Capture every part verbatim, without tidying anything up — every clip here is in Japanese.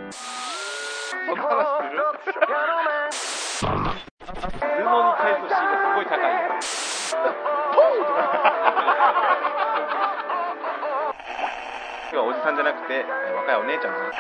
その話する？布に返すシーンがすごい高い。今日はおじさんじゃなくて若いお姉ちゃんです。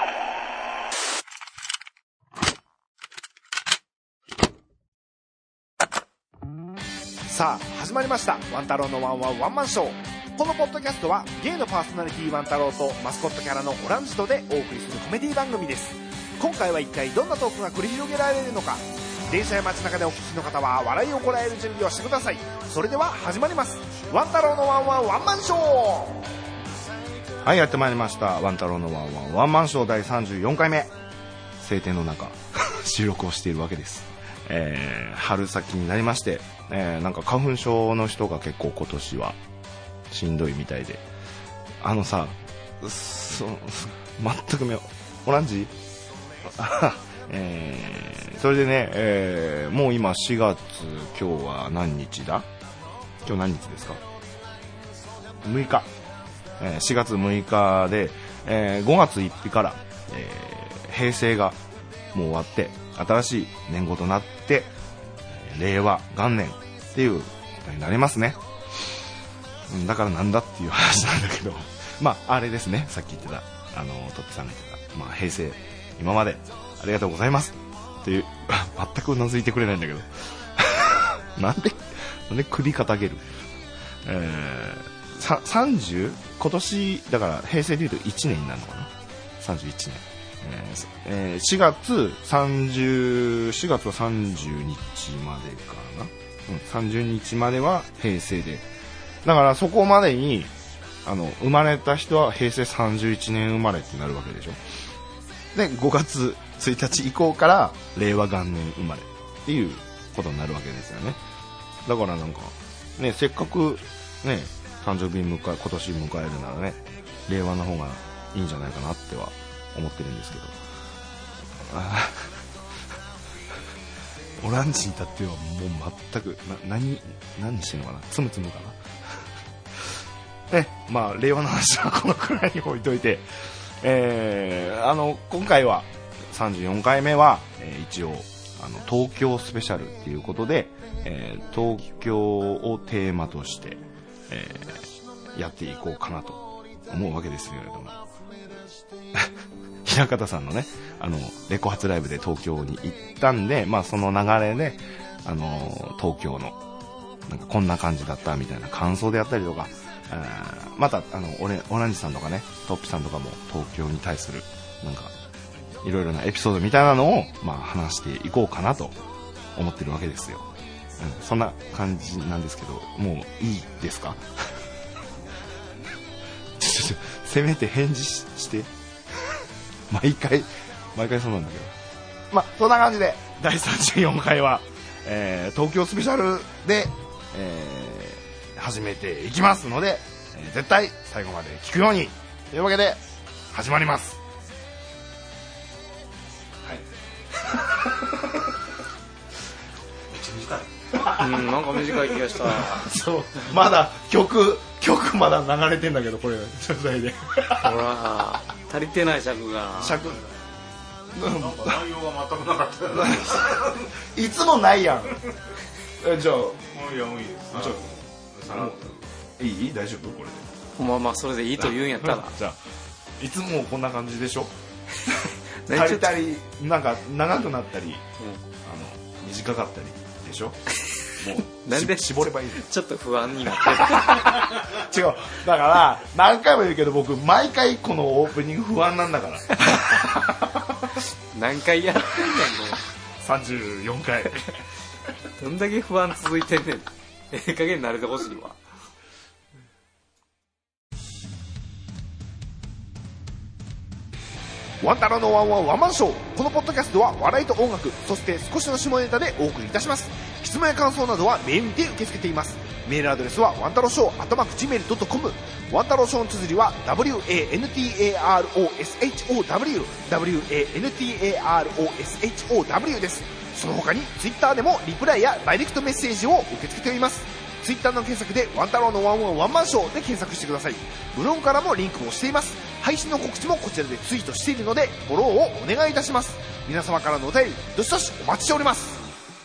さあ始まりましたワン太郎のワンワンワンマンショー。このポッドキャストはゲイのパーソナリティワン太郎とマスコットキャラのオランジとでお送りするコメディ番組です。今回は一体どんなトークが繰り広げられるのか。電車や街中でお聞きの方は笑いをこらえる準備をしてください。それでは始まります、ワン太郎のワンワンワンマンショー。 はい、やってまいりましたワン太郎のワンワンワンマンショーだいさんじゅうよんかいめ。晴天の中収録をしているわけです。えー、春先になりまして、えー、なんか花粉症の人が結構今年はしんどいみたいで、あのさ、そ全く目をオランジえー、それでね、えー、もう今しがつ、今日は何日だ？今日何日ですか？むいか、えー、しがつむいかで、えー、ごがつついたちから、えー、平成がもう終わって新しい年号となって、令和元年っていうことになりますね。だからなんだっていう話なんだけど、まああれですね、さっき言ってたあのトッピさんが言ってた、まあ、平成今までありがとうございますっていう全くうなずいてくれないんだけどなんでなんで首かたげる、えー、ささんじゅう今年だから平成でいうといちねんになるのかな、さんじゅういちねん、えーえー、しがつさんじゅうしがつはさんじゅうにちまでかな、うん、さんじゅうにちまでは平成で、だからそこまでにあの生まれた人は平成さんじゅういちねん生まれってなるわけでしょ。でごがつついたち以降から令和元年生まれっていうことになるわけですよね。だからなんかね、せっかくね誕生日迎え今年迎えるならね、令和の方がいいんじゃないかなっては思ってるんですけど、あオランジに至ってはもう全くな何何してんのかな、つむつむかなね、まあ令和の話はこのくらいに置いといて、えー、あの今回はさんじゅうよんかいめは、えー、一応あの東京スペシャルっていうことで、えー、東京をテーマとして、えー、やっていこうかなと思うわけですけれども平方さんのね、あのレコ発ライブで東京に行ったんで、まあ、その流れで、あの東京のなんかこんな感じだったみたいな感想であったりとか、またあのオレオランジさんとかね、トッピさんとかも東京に対するなんかいろいろなエピソードみたいなのを、まあ、話していこうかなと思ってるわけですよ、うん、そんな感じなんですけど、もういいですかちょちょせめて返事 し, して毎回毎回そうなんだけど、まあそんな感じでだいさんじゅうよんかいは、えー、東京スペシャルで、えー、始めていきますので、えー、絶対最後まで聞くようにというわけで始まります。はいめっちゃ短いうん、なんか短い気がしたそう、まだ曲曲まだ流れてんだけど、これ書斎でほら足りてない尺が尺なんか内容が全くなかったいつもないやんえじゃあいやもういいです、 ちょさらっといい大丈夫これで、 まあまあそれでいいと言うんやったらじゃあいつもこんな感じでしょ足りたりなんか長くなったり、うん、あの短かったりでしょもうなんで絞ればいいちょっと不安になってる違う、だから何回も言うけど僕毎回このオープニング不安なんだから何回やってんねんもうさんじゅうよんかいどんだけ不安続いてんねんええ加減慣れてほしいわ。 ワン太郎のワンワンワンマンショー。このポッドキャストは笑いと音楽、そして少しの下ネタでお送りいたします。質問や感想などはメールにて受け付けています。メールアドレスはワン太郎ショーアットマーク ジーメールドットコム。 ワン太郎ショーの綴りは ダブリューエーエヌティーエーアールオーエスエイチオーダブリュー ダブリューエーエヌティーエーアールオーエスエイチオーダブリュー です。その他にツイッターでもリプライやダイレクトメッセージを受け付けております。ツイッターの検索でワン太郎のワンワンワンマンショーで検索してください。ブログからもリンクをしています。 配信の告知もこちらでツイートしているのでフォローをお願いいたします。皆様からのお便りどしどしお待ちしております。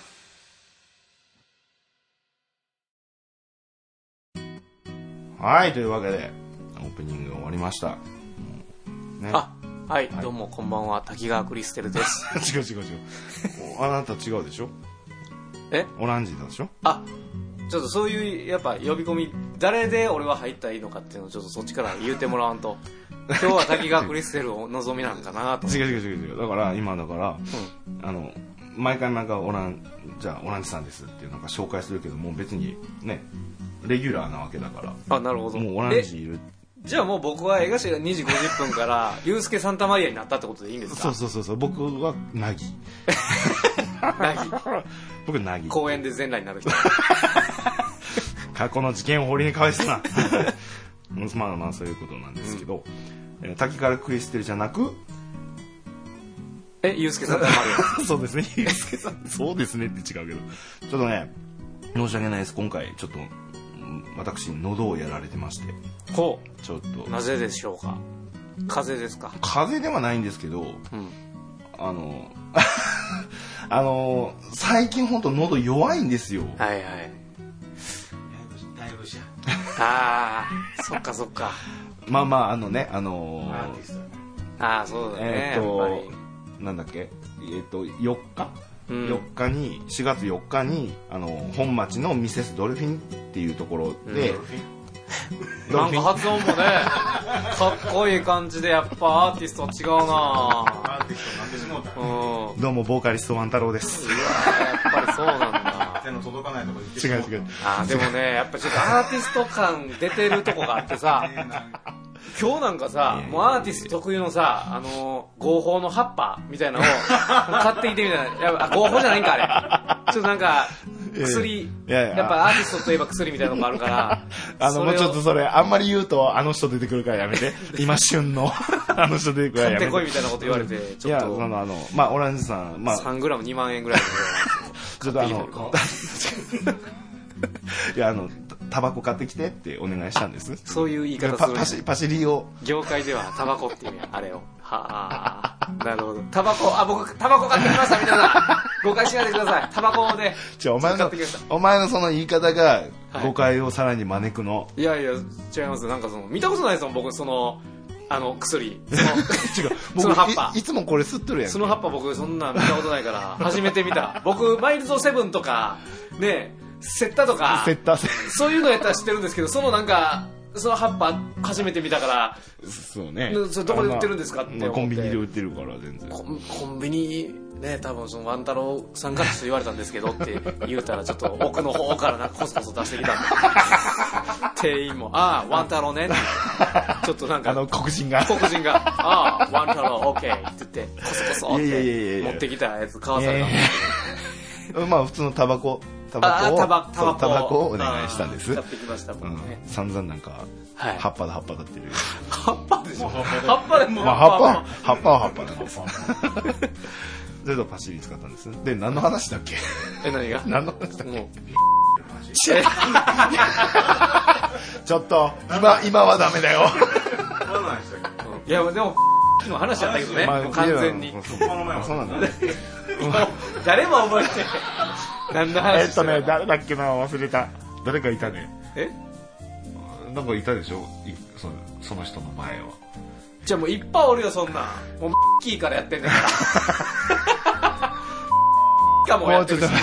はい、というわけでオープニングが終わりました、 ね、あ、はい、はい、どうもこんばんは、滝川クリステルです違う違う違うあなた違うでしょ。 え、 オランジーだでしょ。 あ、ちょっとそういうやっぱ呼び込み誰で俺は入ったらいいのかっていうのをちょっとそっちから言うてもらわんと今日は滝川クリステルを望みなんかなと。 違う違う違う違う、だから今だから、うん、あの毎回毎回オランじゃあオランジさんですっていうなんか紹介するけどもう別にねレギュラーなわけだから。 あ、なるほど。 もうオランジいる。 じゃあもう僕は江頭にじごじゅっぷんからユースケサンタマリアになったってことでいいんですか。 そうそうそうそう、僕はナギナギ僕ナギ公園で全裸になる人過去の事件を掘りに返すなまあまあそういうことなんですけど、うん、えー、滝川クリステルじゃなくえユースケサンタマリアそうですね、ユースケさんそうですねって違うけどちょっとね申し訳ないです。今回ちょっと私喉をやられてまして。 ほう、ちょっとなぜでしょうか。風邪ですか。 風邪ではないんですけど、うん、あのあの最近本当喉弱いんですよ。 はいはい。だいぶじゃああそっかそっか。 まあまああのねあのー、ああそうだね、 えー、っとやっぱりなんだっけえー、っとよっかうん、よっかにしがつよっかにあの本町のミセスドルフィンっていうところで、 うん、なんか発音もねかっこいい感じでやっぱアーティストは違うな。 アーティストになってしまった、 うん、どうもボーカリストワン太郎です。 いややっぱりそうなんだ。 手の届かないところに違う違う。 あでもねやっぱちょっとアーティスト感出てるとこがあってさ今日なんかさ、もうアーティスト特有のさ、あのー、合法の葉っぱみたいなのを買ってきてみたいな。いや、合法じゃないんかあれ。ちょっとなんか薬、いやいややっぱアーティストといえば薬みたいなのがあるから。 あのもうちょっとそれあんまり言うとあの人出てくるからやめて。今旬のあの人出てくるからやめて。 買ってこいみたいなこと言われてちょっと。いやあのあのまあオランジさんまあさんグラムにまんえんぐらいのちょっとあのいやあのタバコ買ってきてってお願いしたんです。 そういう言い方する、 パシパシリを業界ではタバコっていうあれをはあなるほど。タバコあ僕タバコ買ってきましたみたいな誤解しないでください。タバコでじゃお前のお前のその言い方が誤解をさらに招くの、 はい、いやいや違います。なんかその見たことないですもん僕そのあの薬その違う僕その葉っぱ い, いつもこれ吸ってるやん。 その葉っぱ僕そんな見たことないから初めて見た。僕マイルドセブンとかねセッタとかセッタそういうのやったら知ってるんですけどそのなんかその葉っぱ初めて見たからそうねそれどこで売ってるんですかって思って、 まあ、コンビニで売ってるから全然コ, コンビニね多分そのワン太郎さんから言われたんですけどって言うたらちょっと奥の方からなんかコソコソ出してきたんで店員もああワン太郎ねってちょっとなんかあの黒人が黒人がああワン太郎オッケーって言ってコソコソって持ってきたやつ買わされたんですけどまあ普通のタバコタバコをタバタバコタバコをお願いしたんです。 買ってきましたもんね、 うん、散々なんか、はい、葉っぱだ葉っぱだっていう葉っぱでしょ葉っぱでも、 まあ、葉っぱ葉っぱは葉っぱなんですそれとパシリ使ったんです。で何の話だっけ。 え何が何の話だっけ。 もうちょっと今今はダメだよいやでもの話だったけどね、まあ、もう完全にそうなんだね誰も覚えて何の話えっとね誰だっけな忘れた。誰かいたね。 えなんかいたでしょそ, その人の前は。 じゃあもういっぱいおるよそんなんもうキーからやってんねんからかもやってるし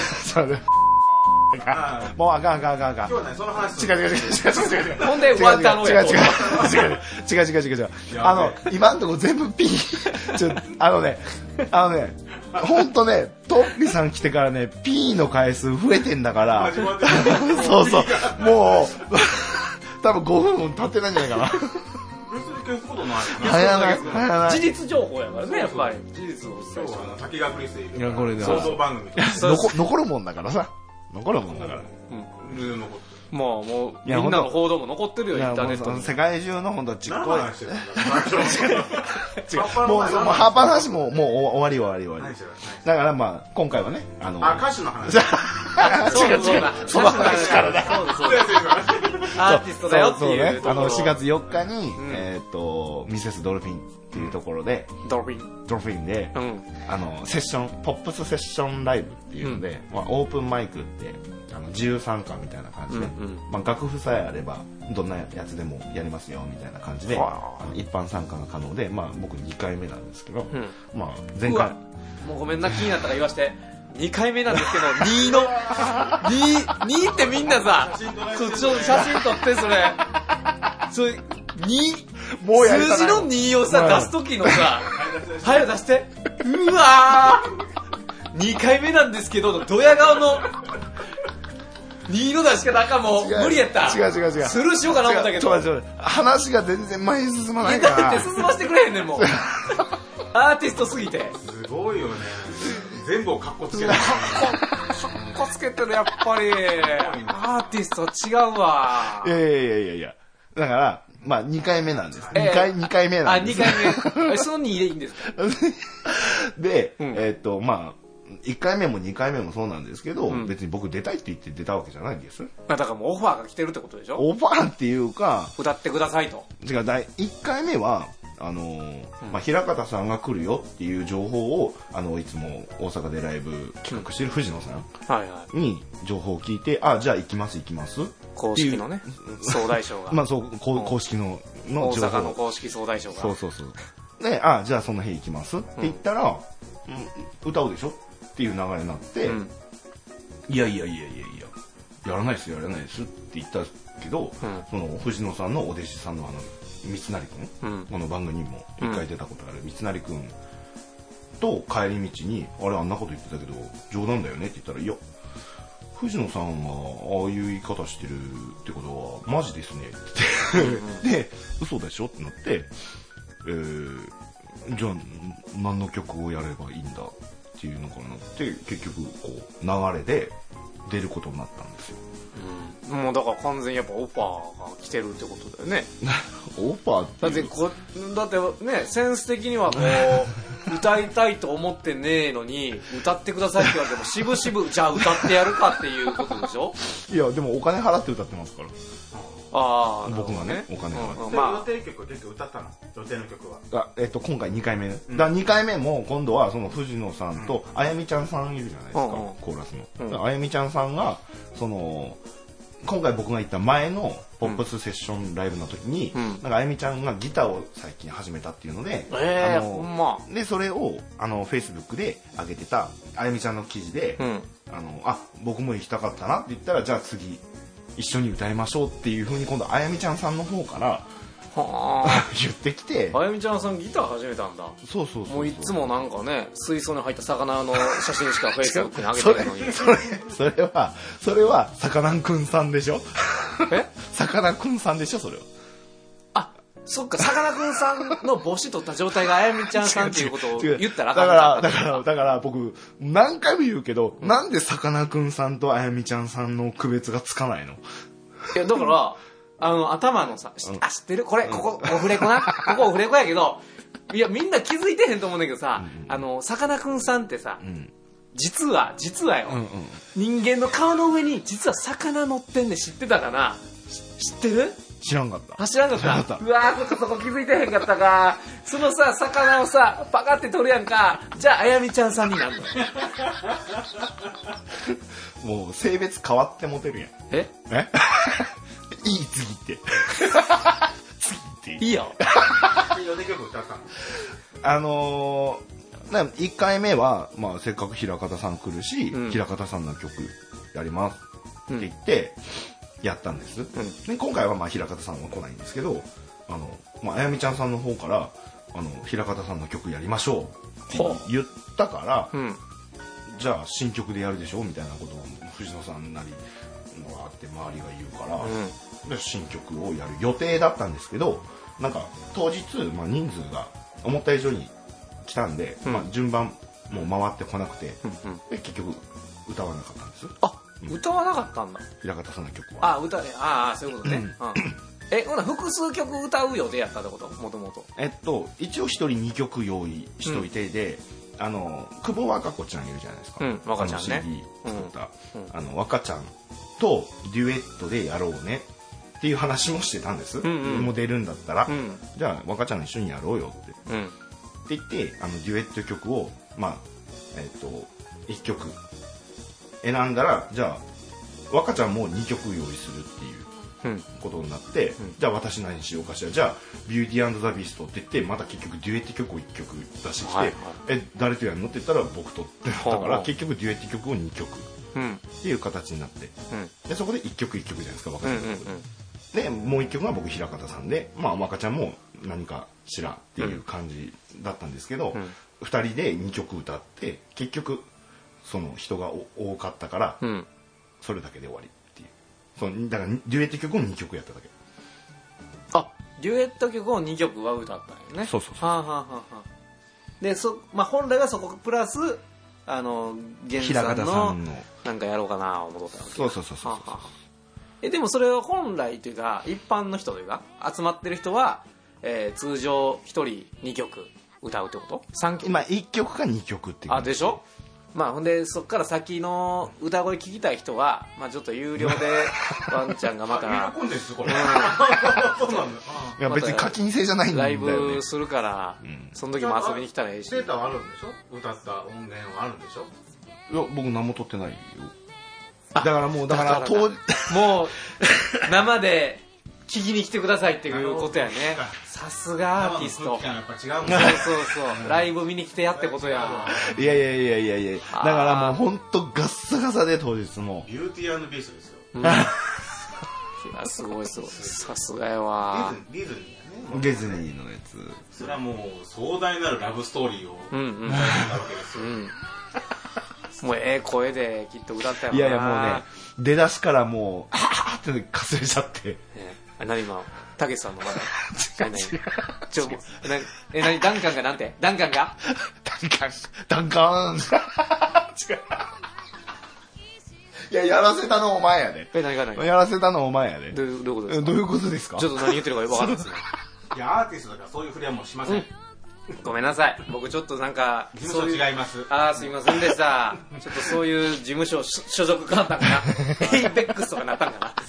もうあかんあかんあかんあかん。 今日はねその話違う違う違う違う違う違うほんでワンタローや違う違う違う違う違う違う違うあの今んとこ全部ピーちょあのねあのねほんとねトッピさん来てからねピーの回数増えてんだからそうそうもう多分ごふんも経ってないんじゃないかな。 別に消すことない早ない早ない事実情報やからねやっぱり事実を今日は滝川クリステルいやこれで想像番組残残るもんだからさ残るもんだから、 うん、もうもうみんなの報道も残ってるよインターネットに。 世界中の本当はちっこい何の話してるんだもう葉っぱの話ももう終わり終わり終わりだからまあ今回はねあのあ歌手の話そうだそうだその話からだそうだそうだアーティストだよっていうそうそうね、 ところ。 あのしがつよっかに、 うんえっとミセスドルフィンっていうところで、 ドルフィン。 ドルフィンで、 うん。 あのセッションポップスセッションライブっていうので、まあ、オープンマイクってあの自由参加みたいな感じで、 うんうんまあ、楽譜さえあればどんなやつでもやりますよみたいな感じで、 はああの一般参加が可能で、まあ、僕にかいめなんですけど、 うんまあ、前回うわもうごめんな、気になったから言わしてにかいめなんですけどにの 2, にってみんなさそうちょ写真撮ってそれそれにもうやりたない数字のにをさもう出す時のさ早く出してうわーにかいめなんですけどドヤ顔のにの出し方かもう無理やった違う違う違うスルーしようかな思ったけど違う違う違う話が全然前に進まないいやだからって進ませてくれへんねんもうアーティストすぎてすごいよね。全部をカッコつけてる。 かっこつけてるやっぱりアーティスト違うわいやいやいやいやいやだからまあにかいめなんです、 えーにかいにかいめなあ、 んですにかいめ。えそのにでいいんですかで、 うんえーっとまあいっかいめもにかいめもそうなんですけど、 うん別に僕出たいって言って出たわけじゃないんです。 だからもうオファーが来てるってことでしょオファーっていうか歌ってくださいと。 違うだいいっかいめはあのーまあ、平方さんが来るよっていう情報をあのいつも大阪でライブ企画してる藤野さんはいはい。 に情報を聞いて、あじゃあ行きます行きます公式のね、総大将が。 まあそうこう公式のの大情報阪の公式総大将が。 そうそうそうで、あじゃあその日行きますって言ったら、うん歌うでしょっていう流れになって、 うんいやいやいやいやいややらないですやらないですって言ったけど、 うんその藤野さんのお弟子さんのあの三成君、 うんこの番組にも一回出たことある三成君と帰り道にあれあんなこと言ってたけど冗談だよねって言ったらいや藤野さんがああいう言い方してるってことはマジですねって言ってで嘘でしょってなって、えー、じゃあ何の曲をやればいいんだっていうのからなって結局こう流れで出ることになったんですよ。 うんもうだから完全にやっぱオファーが来てるってことだよね。 オファーってだってこだってねセンス的にはこう歌いたいと思ってねえのに歌ってくださいって言われてもしぶしぶじゃあ歌ってやるかっていうことでしょ。 いやでもお金払って歌ってますからああ僕がねお金払って、 うんうんまあ、 ま予定曲結局歌ったの予定の曲は。 あえっと、今回にかいめ、ねだにかいめも今度はその藤野さんとあやみちゃんさんいるじゃないですか、 うんうんコーラスの、 うんあやみちゃんさんがその今回僕が行った前のポップスセッションライブの時に、 うんなんかあやみちゃんがギターを最近始めたっていうので、 えーあのほんまでそれをあのフェイスブックで上げてたあやみちゃんの記事で、 うんあのあ僕も行きたかったなって言ったらじゃあ次一緒に歌いましょうっていう風に今度あやみちゃんさんの方からはあ言ってきてあやみちゃんさんギター始めたんだ。 そうそうそうそうもういつもなんかね水槽に入った魚の写真しかフェイスブックに上げそれてるのにそれそれはそれはさかなんくんさんでしょえさかなクンさんでしょそれはあそっかさかなクンさんの帽子取った状態があやみちゃんさんっていうことを違う言ったらあだかんからだからだから僕何回も言うけど、なんでさかなクンさんとあやみちゃんさんの区別がつかないのいやだからあの頭のさ、しあ知ってるこれここオフレコなここオフレコやけどいやみんな気づいてへんと思うんだけどさ、あのさかなクンさんってさ、 ん実は実はよ、 うんうん人間の顔の上に実は魚乗ってんね知ってたかな。し知ってる知らんかったあ知らんかった知らんかったうわーそっかそこ気づいてへんかったか。そのさ魚をさパカって取るやんか。じゃああやみちゃんさんになるのもう性別変わってモテるやんええいい次って次っていいよ予定曲歌ったの。 あのー、ないっかいめは、まあ、せっかく平方さん来るし、 うん平方さんの曲やりますって言ってやったんです、で今回はまあ平方さんは来ないんですけどあの、まあ、あやみちゃんさんの方からあの平方さんの曲やりましょうって言ったから、 うんじゃあ新曲でやるでしょみたいなことを藤野さんなりわーって周りが言うから、 うんで新曲をやる予定だったんですけどなんか当日、まあ、人数が思った以上に来たんで、 うんまあ、順番もう回ってこなくて、 うんうんで結局歌わなかったんですあ歌わなかったんだ。 平方さんの曲は。 あ歌ねああそういうことね、うんえほな複数曲歌う予定やったってこともともと。 えっと一応一人にきょく用意しといて、であの久保和歌子ちゃんいるじゃないですか、 うん和歌ちゃんねあの シーディー 作った、 うんうんあの和歌ちゃんとデュエットでやろうねっていう話もしてたんです、 うんうん、 もう出るんだったら、 うん、 じゃあ若ちゃん一緒にやろうよって、 うん、 って言ってあのデュエット曲をまあえっ、ー、といっきょく選んだら、じゃあ若ちゃんもにきょく用意するっていうことになって、うん、じゃあ私何しようかしら、じゃあビューティー&ザ・ビーストって言ってまた結局デュエット曲をいっきょく出してきて、はいはい、え誰とやるのって言ったら僕とってなったから、はあ、結局デュエット曲をにきょくっていう形になって、うん、でそこでいっきょくいっきょくじゃないですか若ちゃんのとこで、うんうんうん、でもういっきょくは僕平方さんで、まあ、若ちゃんも何かしらっていう感じだったんですけど、うん、ふたりでにきょく歌って結局その人が多かったから、うん、それだけで終わりっていう、そのだからデュエット曲をにきょくやっただけ。 あ、デュエット曲をにきょくは歌ったんよね。 そうそうそう。 はあはあはあ、でそ、まあ、本来はそこプラスあの源さん の, さんのなんかやろうかな思ったわけ。 そうそうそうそう。はあはあ、 えでもそれは本来というか一般の人というか集まってる人は、えー、通常ひとりにきょく歌うってこと？さんきょく、 まあ、いっきょくかにきょくっていう。 あでしょ。まあ、ほんでそっから先の歌声聞きたい人は、まあ、ちょっと有料でワンちゃんがまた喜んでるんですこれ、 うん、そうなんだ。いや別に課金制じゃないんだよね。 ライブするから、うん、その時も遊びに来たらいいし。 データはあるんでしょ、歌った音源はあるんでしょ。 いや僕何も撮ってないよ。だからもうだから当もう生で聞きに来てくださいっていうことやね。さすがアーティスト。 やっぱ違うもん。 そうそうそう。ライブ見に来てやってことや。 いやいやいやいやいや。だからもう本当ガッサガサで当日も。 ビューティー&ビーストですよ。 うん、いやすごいすごい。さすがやわ。 ディズニーやね。 ディズニーのやつ。 それはもう壮大なるラブストーリーを歌い込んだわけですよ。うんうんもうええ声できっと歌ったよな。 いやいやもうね出だしからもうあーってかすれちゃって。 えー、何今たけしさんのまだ違う違うちょもうえ何ダンカンがなんてダンカンがダンカンダンカン違う。いややらせたのお前やで。 え何が何やらせたのお前やで。 どういうことですか。 どういうことですか。 ちょっと何言ってるか分かんないですね。 いやアーティストだからそういう振りはもうしません。うんごめんなさい僕ちょっとなんか事務所違います。 ああすいませんでした。ちょっとそういう事務所所属変わったんかなエイベックスとかなったんか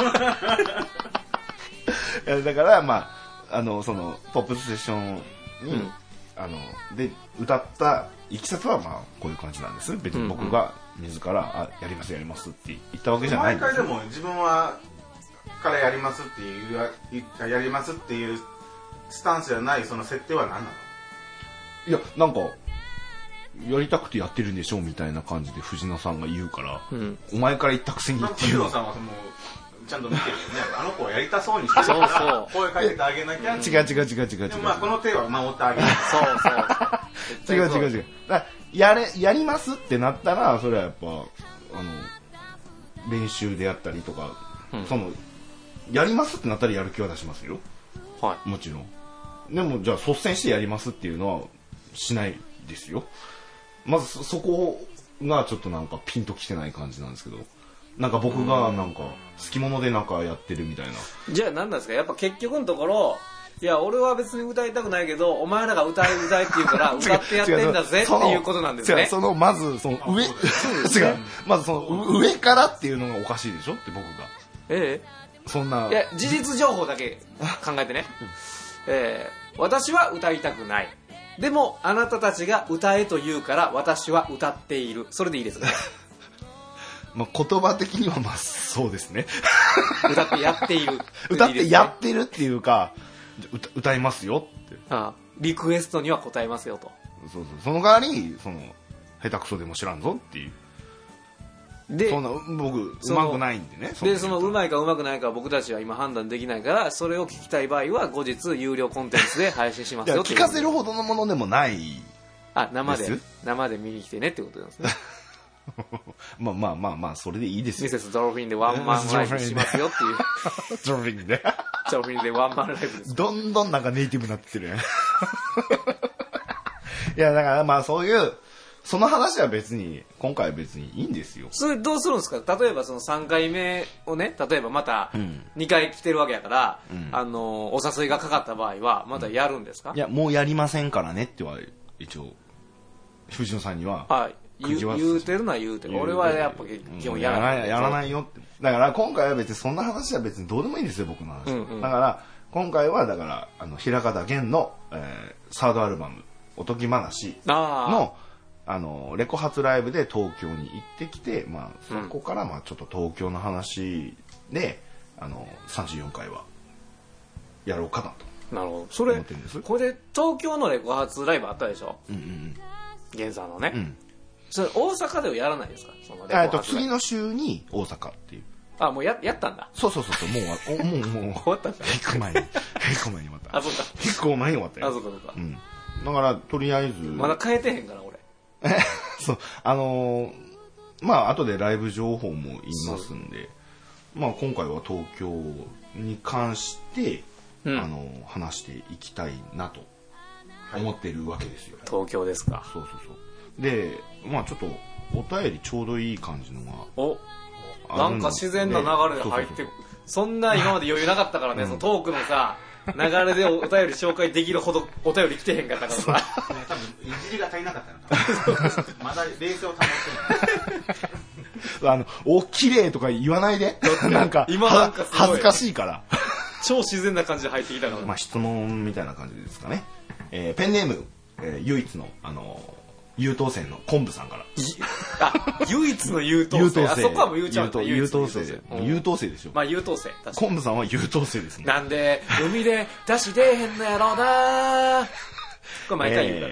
ないやだからまああのそのポップスセッションに、うん、あので歌ったいきさつはまあこういう感じなんです。別に僕が自ら、うんうん、あやりますやりますって言ったわけじゃないんです。 毎回でも自分はからやりますっていうやりますっていうスタンスじゃないその設定は何なの。 いやなんかやりたくてやってるんでしょみたいな感じで藤野さんが言うから、うん、お前から言ったくせにっていう。 藤野さんはそのちゃんと見てるよね。あの子はやりたそうにしてるからそうそう声かけてあげなきゃ。違う違う違う違う違う。 まあこの手は守ってあげる。 そうそう違う違う違う。だやれやりますってなったらそれはやっぱあの練習でやったりとか、うん、そのやりますってなったらやる気は出しますよ。 はい。 もちろん。でもじゃあ率先してやりますっていうのはしないですよ。まず そ, そこがちょっとなんかピンときてない感じなんですけど、なんか僕がなんか好き者でなんかやってるみたいな。 じゃあ何なんですか。やっぱ結局のところいや俺は別に歌いたくないけどお前らが歌い歌いって言うから歌ってやってんだぜっていうことなんですね。 違うそのまずその上違うまずその上からっていうのがおかしいでしょって僕が。 ええそんな。 いや事実情報だけ考えてね。えー、私は歌いたくない。でもあなたたちが歌えと言うから私は歌っている。それでいいですか。 まあ言葉的にはまあそうですね。 歌ってやっている。 歌ってやってるっていうか歌, 歌いますよって。 ああリクエストには答えますよと。 そうそうその代わりその下手くそでも知らんぞっていう。でそんな僕うまくないんでね。 でそのうまいかうまくないか僕たちは今判断できないからそれを聞きたい場合は後日有料コンテンツで配信しますよっていう。 聞かせるほどのものでもない。 あ生で生で見に来てねってことなんですね。 まあまあまあまあそれでいいですよ。 ミセスドルフィンでワンマンライブしますよっていう。 ドルフィンでドルフィンでワンマンライブです。 どんどんなんかネイティブになってるやん。いやだからまあそういうその話は別に今回は別にいいんですよ。 それどうするんですか。例えばそのさんかいめをね例えばまたにかい来てるわけやから、うん、あのお誘いがかかった場合はまたやるんですか。 いやもうやりませんからねっては一応藤野さんには言う言うてるのは言うてる。俺はやっぱ基本やらない。 やらないよって。だから今回は別にそんな話は別にどうでもいいんですよ、僕の話。 うんうん、 だから今回はだからあの平方源の、えー、サードアルバムおとぎ話のあのレコ発ライブで東京に行ってきて、まあ、そこからまあちょっと東京の話で、うん、あのさんじゅうよんかいはやろうかなと。 なるほど。それこれで東京のレコ発ライブあったでしょ。 うんうんうん。 源さんのね。 うん。 それ大阪ではやらないですか。そのレコえっと次の週に大阪っていう。 あ、もう や, やったんだ。 そうそうそうそう、もうもうもう終わったんだ。 結構前に結構前に終わった。 あ、そうか。 結構前に終わったよ。 あ、そうかそうか。 うん。だからとりあえずまだ変えてへんから俺。 そうあのー、まあ後でライブ情報も言いますんで、まあ今回は東京に関して、うん、あのー、話していきたいなと思ってるわけですよ。 東京ですか。 そうそうそう。で、まあちょっとお便りちょうどいい感じのが。 お。なんか自然な流れで入ってくる。そんな今まで余裕なかったからね、うん、そのトークのさ流れでお便り紹介できるほどお便り来てへんかったからさ多分いじりが足りなかったのまだ冷静を保ってるあのお綺麗とか言わないでなんか今なんかすごい恥ずかしいから超自然な感じで入ってきたから、 まあ、質問みたいな感じですかね、えー、ペンネーム、えー、唯一のあのー優等生の昆布さんから。 あ、唯一の優等生。優等生。あそこはもう言うちゃうんだ。 優等生で。優等生でしょ。 まあ優等生。 昆布さんは優等生ですね。 なんで海で出し出えへんのやろうな。これ毎回言うから。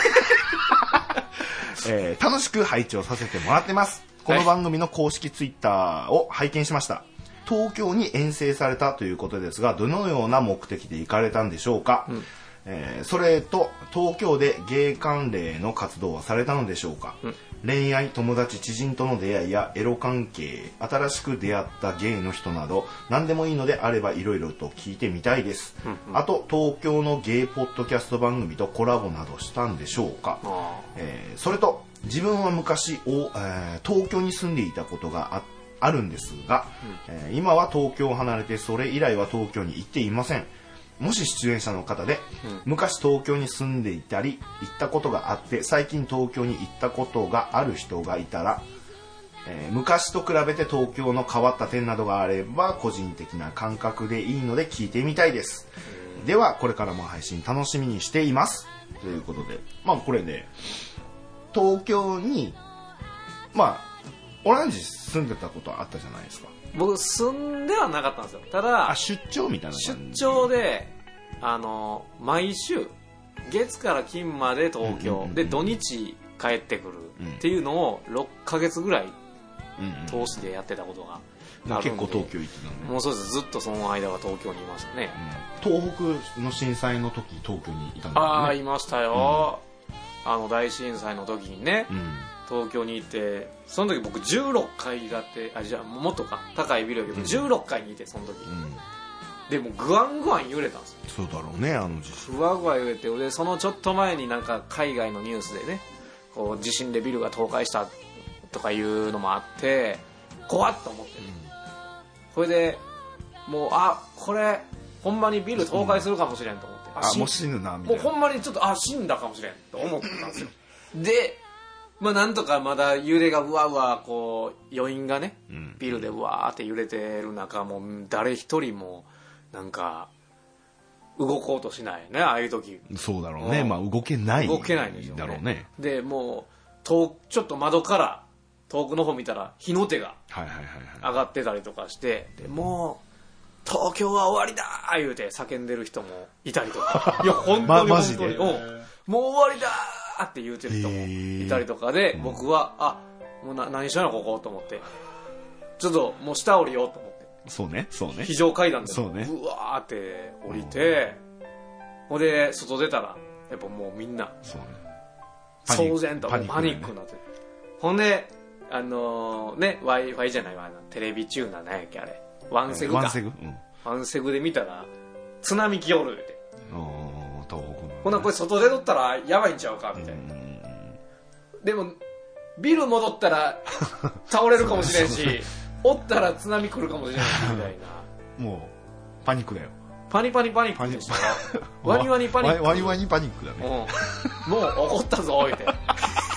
えーえー、楽しく拝聴させてもらってます。この番組の公式ツイッターを拝見しました。東京に遠征されたということですが、どのような目的で行かれたんでしょうか。うん、えー、それと東京でゲイ関連の活動はされたのでしょうか、うん、恋愛、友達、知人との出会いやエロ関係、新しく出会ったゲイの人など何でもいいのであればいろいろと聞いてみたいです、うんうん、あと東京のゲイポッドキャスト番組とコラボなどしたんでしょうか、えー、それと自分は昔お、えー、東京に住んでいたことがああるんですが、うん、えー、今は東京を離れてそれ以来は東京に行っていません。もし出演者の方で、うん、昔東京に住んでいたり行ったことがあって最近東京に行ったことがある人がいたら、えー、昔と比べて東京の変わった点などがあれば個人的な感覚でいいので聞いてみたいです、うん、ではこれからも配信楽しみにしていますということで、まあこれね東京にまあオランジ住んでたことはあったじゃないですか。 僕住んではなかったんですよ。ただあ出張みたいな出張であの毎週月から金まで東京、うんうんうん、で土日帰ってくるっていうのをろっかげつぐらい通しでやってたことがあるので、 結構東京行ってたんで、 もうそうです。ずっとその間は東京にいましたね、 うん、東北の震災の時東京にいたんですね。 ああいましたよ、うん、あの大震災の時にね、うん、東京にいて、その時僕じゅうろっかい建て、あ、じゃあもっとか高いビルだけど、うん、じゅうろっかいにいてその時、うん、でもグワングワン揺れたんですよ。 そうだろうね、あの地震。 グワングワン揺れて、でそのちょっと前になんか海外のニュースでね、こう地震でビルが倒壊したとかいうのもあって怖っと思って、うん、それでもうあこれほんまにビル倒壊するかもしれんと思って、 うん、あもう死ぬなみたいな、 もうほんまにちょっとあ死んだかもしれんと思ったんですよでまあ、なんとかまだ揺れがうわうわこう余韻がね、うん、ビルでうわーって揺れてる中、もう誰一人もなんか動こうとしないね、ああいう時。 そうだろうね、まあ動けない動けないんでしょうね。 だろうね。 でもう遠ちょっと窓から遠くの方見たら火の手が上がってたりとかして、でもう東京は終わりだー言うて叫んでる人もいたりとかいや本当に本当に、うん、もう終わりだーって言うてる人もいたりとかで、えー、僕はあもうな何しようなここと思ってちょっともう下降りようと思って、 そうねそうね、 非常階段でそうね、 うわーって降りて、ほんで外出たらやっぱもうみんなそうね騒然とパニックになって、ほんであのー、ね Wi-Fi じゃないわ、テレビチューナーなんやっけあれ、ワンセグか、 ワンセグ、うん、 ワンセグで見たら津波来よるって、 東北の、ね、 ほなこれ外出とったらやばいんちゃうかみたいな、でもビル戻ったら倒れるかもしれんしおったら津波来るかもしれんしみたいな、もうパニックだよ、 パニパニパニックでしたよワニワニパニック、 ワニワニパニックだね、 うん、もう怒ったぞ言うて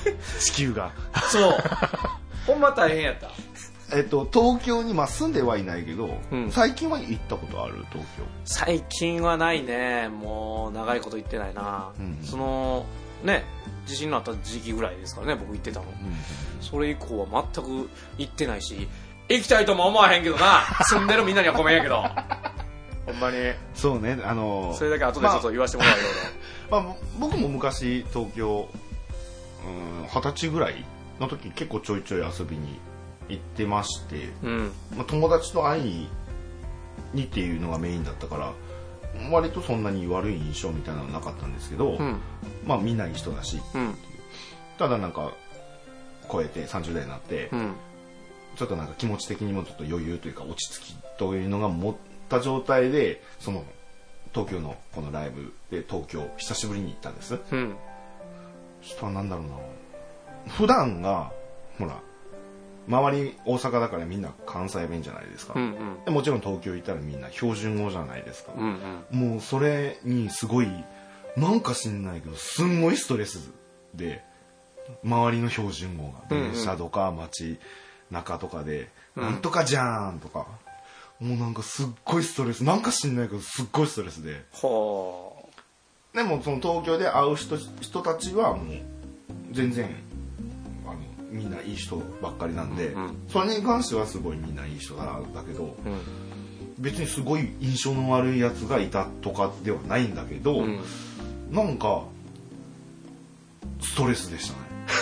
地球がそうほんま大変やった。 えっと東京にまあ住んではいないけど、うん、最近は行ったことある？東京最近はないね。もう長いこと行ってないな、うんうん、そのね地震のあった時期ぐらいですからね僕行ってたの、うんうん、それ以降は全く行ってないし行きたいとも思わへんけどな住んでるみんなにはごめんやけどほんまにそうね、あのー、 それだけ後でちょっと言わせてもらうよ、 まあまあ、僕も昔東京二十歳ぐらいの時結構ちょいちょい遊びに行ってまして、うんまあ、友達と会いににっていうのがメインだったから割とそんなに悪い印象みたいなのなかったんですけど、うん、まあみんないい人だし、うん、ただなんか超えてさんじゅう代になって、うん、ちょっとなんか気持ち的にもちょっと余裕というか落ち着きというのが持った状態でその東京のこのライブで東京久しぶりに行ったんです、うん、そしたらなんだろうな普段がほら周り大阪だからみんな関西弁じゃないですか、うんうん、でもちろん東京行ったらみんな標準語じゃないですか、うんうん、もうそれにすごいなんか知んないけどすんごいストレスで周りの標準語が、うんうん、電車とか街中とかで、うん、なんとかじゃんとかもうなんかすっごいストレスなんか知んないけどすっごいストレスではあでもその東京で会う 人, 人たちはもう全然みんないい人ばっかりなんで、うんうん、それに関してはすごいみんないい人だだけど、うん、別にすごい印象の悪いやつがいたとかではないんだけど、うん、なんかストレスでしたね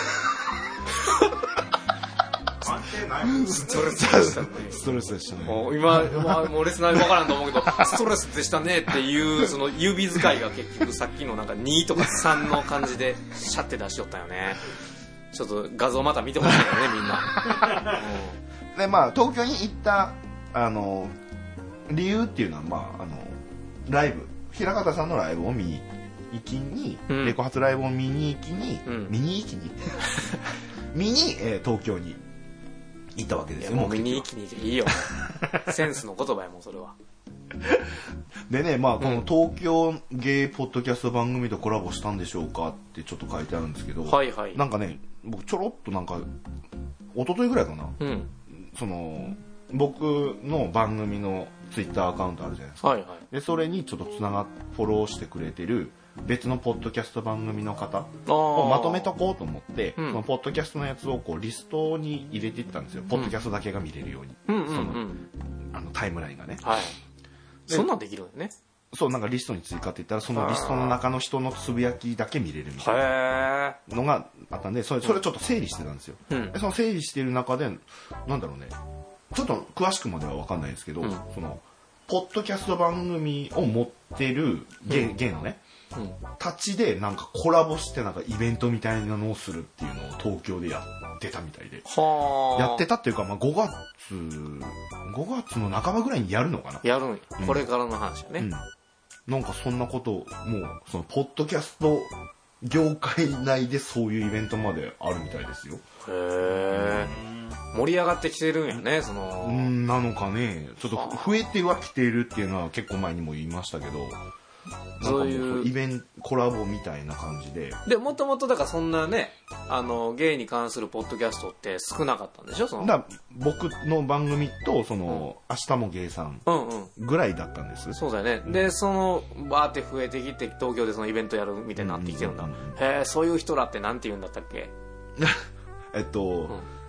ストレスでしたねストレスでしたねもう今、まあ、もうレスナーに分からんと思うけどストレスでしたねっていうその指使いが結局さっきのなんかにとかさんの感じでシャッて出しよったよねちょっと画像また見てほしいよねみんな、 うん、でまあ東京に行ったあの理由っていうのはまああのライブ平方さんのライブを見に行きに、うん、レコ発ライブを見に行きに、うん、見に行きに見に、えー、東京に行ったわけですよ。 いやもう見に行きにいいよセンスの言葉やもんそれはでねまあこの東京ゲイポッドキャスト番組とコラボしたんでしょうかってちょっと書いてあるんですけど、はいはい、なんかね僕ちょろっとなんか一昨日ぐらいかな、うん、その僕の番組のツイッターアカウントあるじゃないですか、はいはい、でそれにちょっとつながっフォローしてくれてる別のポッドキャスト番組の方をまとめとこうと思って、うん、そのポッドキャストのやつをこうリストに入れていったんですよ、うん、ポッドキャストだけが見れるように、うん、その、うんうんうん、あのタイムラインがね、はい、 そんなんできるよね。 そうなんかリストに追加って言ったらそのリストの中の人のつぶやきだけ見れるみたいなのがあったんでそれそれちょっと整理してたんですよ、うん、でその整理している中でなんだろうねちょっと詳しくまでは分かんないですけど、うん、そのポッドキャスト番組を持ってるゲイのね、うん、たちでなんかコラボしてなんかイベントみたいなのをするっていうのを東京でやってたみたいではやってたっていうか、まあ、ごがつごがつの半ばぐらいにやるのかなやるん、うん、これからの話よね、うんなんかそんなこともうそのポッドキャスト業界内でそういうイベントまであるみたいですよ。へえ盛り上がってきてるんやねそのうんなのかねちょっと増えてはきているっていうのは結構前にも言いましたけどそういうイベントコラボみたいな感じででもともとだからそんなねあのゲイに関するポッドキャストって少なかったんでしょそのだ僕の番組とその、うん、明日もゲイさんぐらいだったんです、 うんうん、そうだよね、うん、でそのバーって増えてきて東京でそのイベントやるみたいになってきてるんだ、うんうんうん、へえそういう人らってなんて言うんだったっけえっと、うん、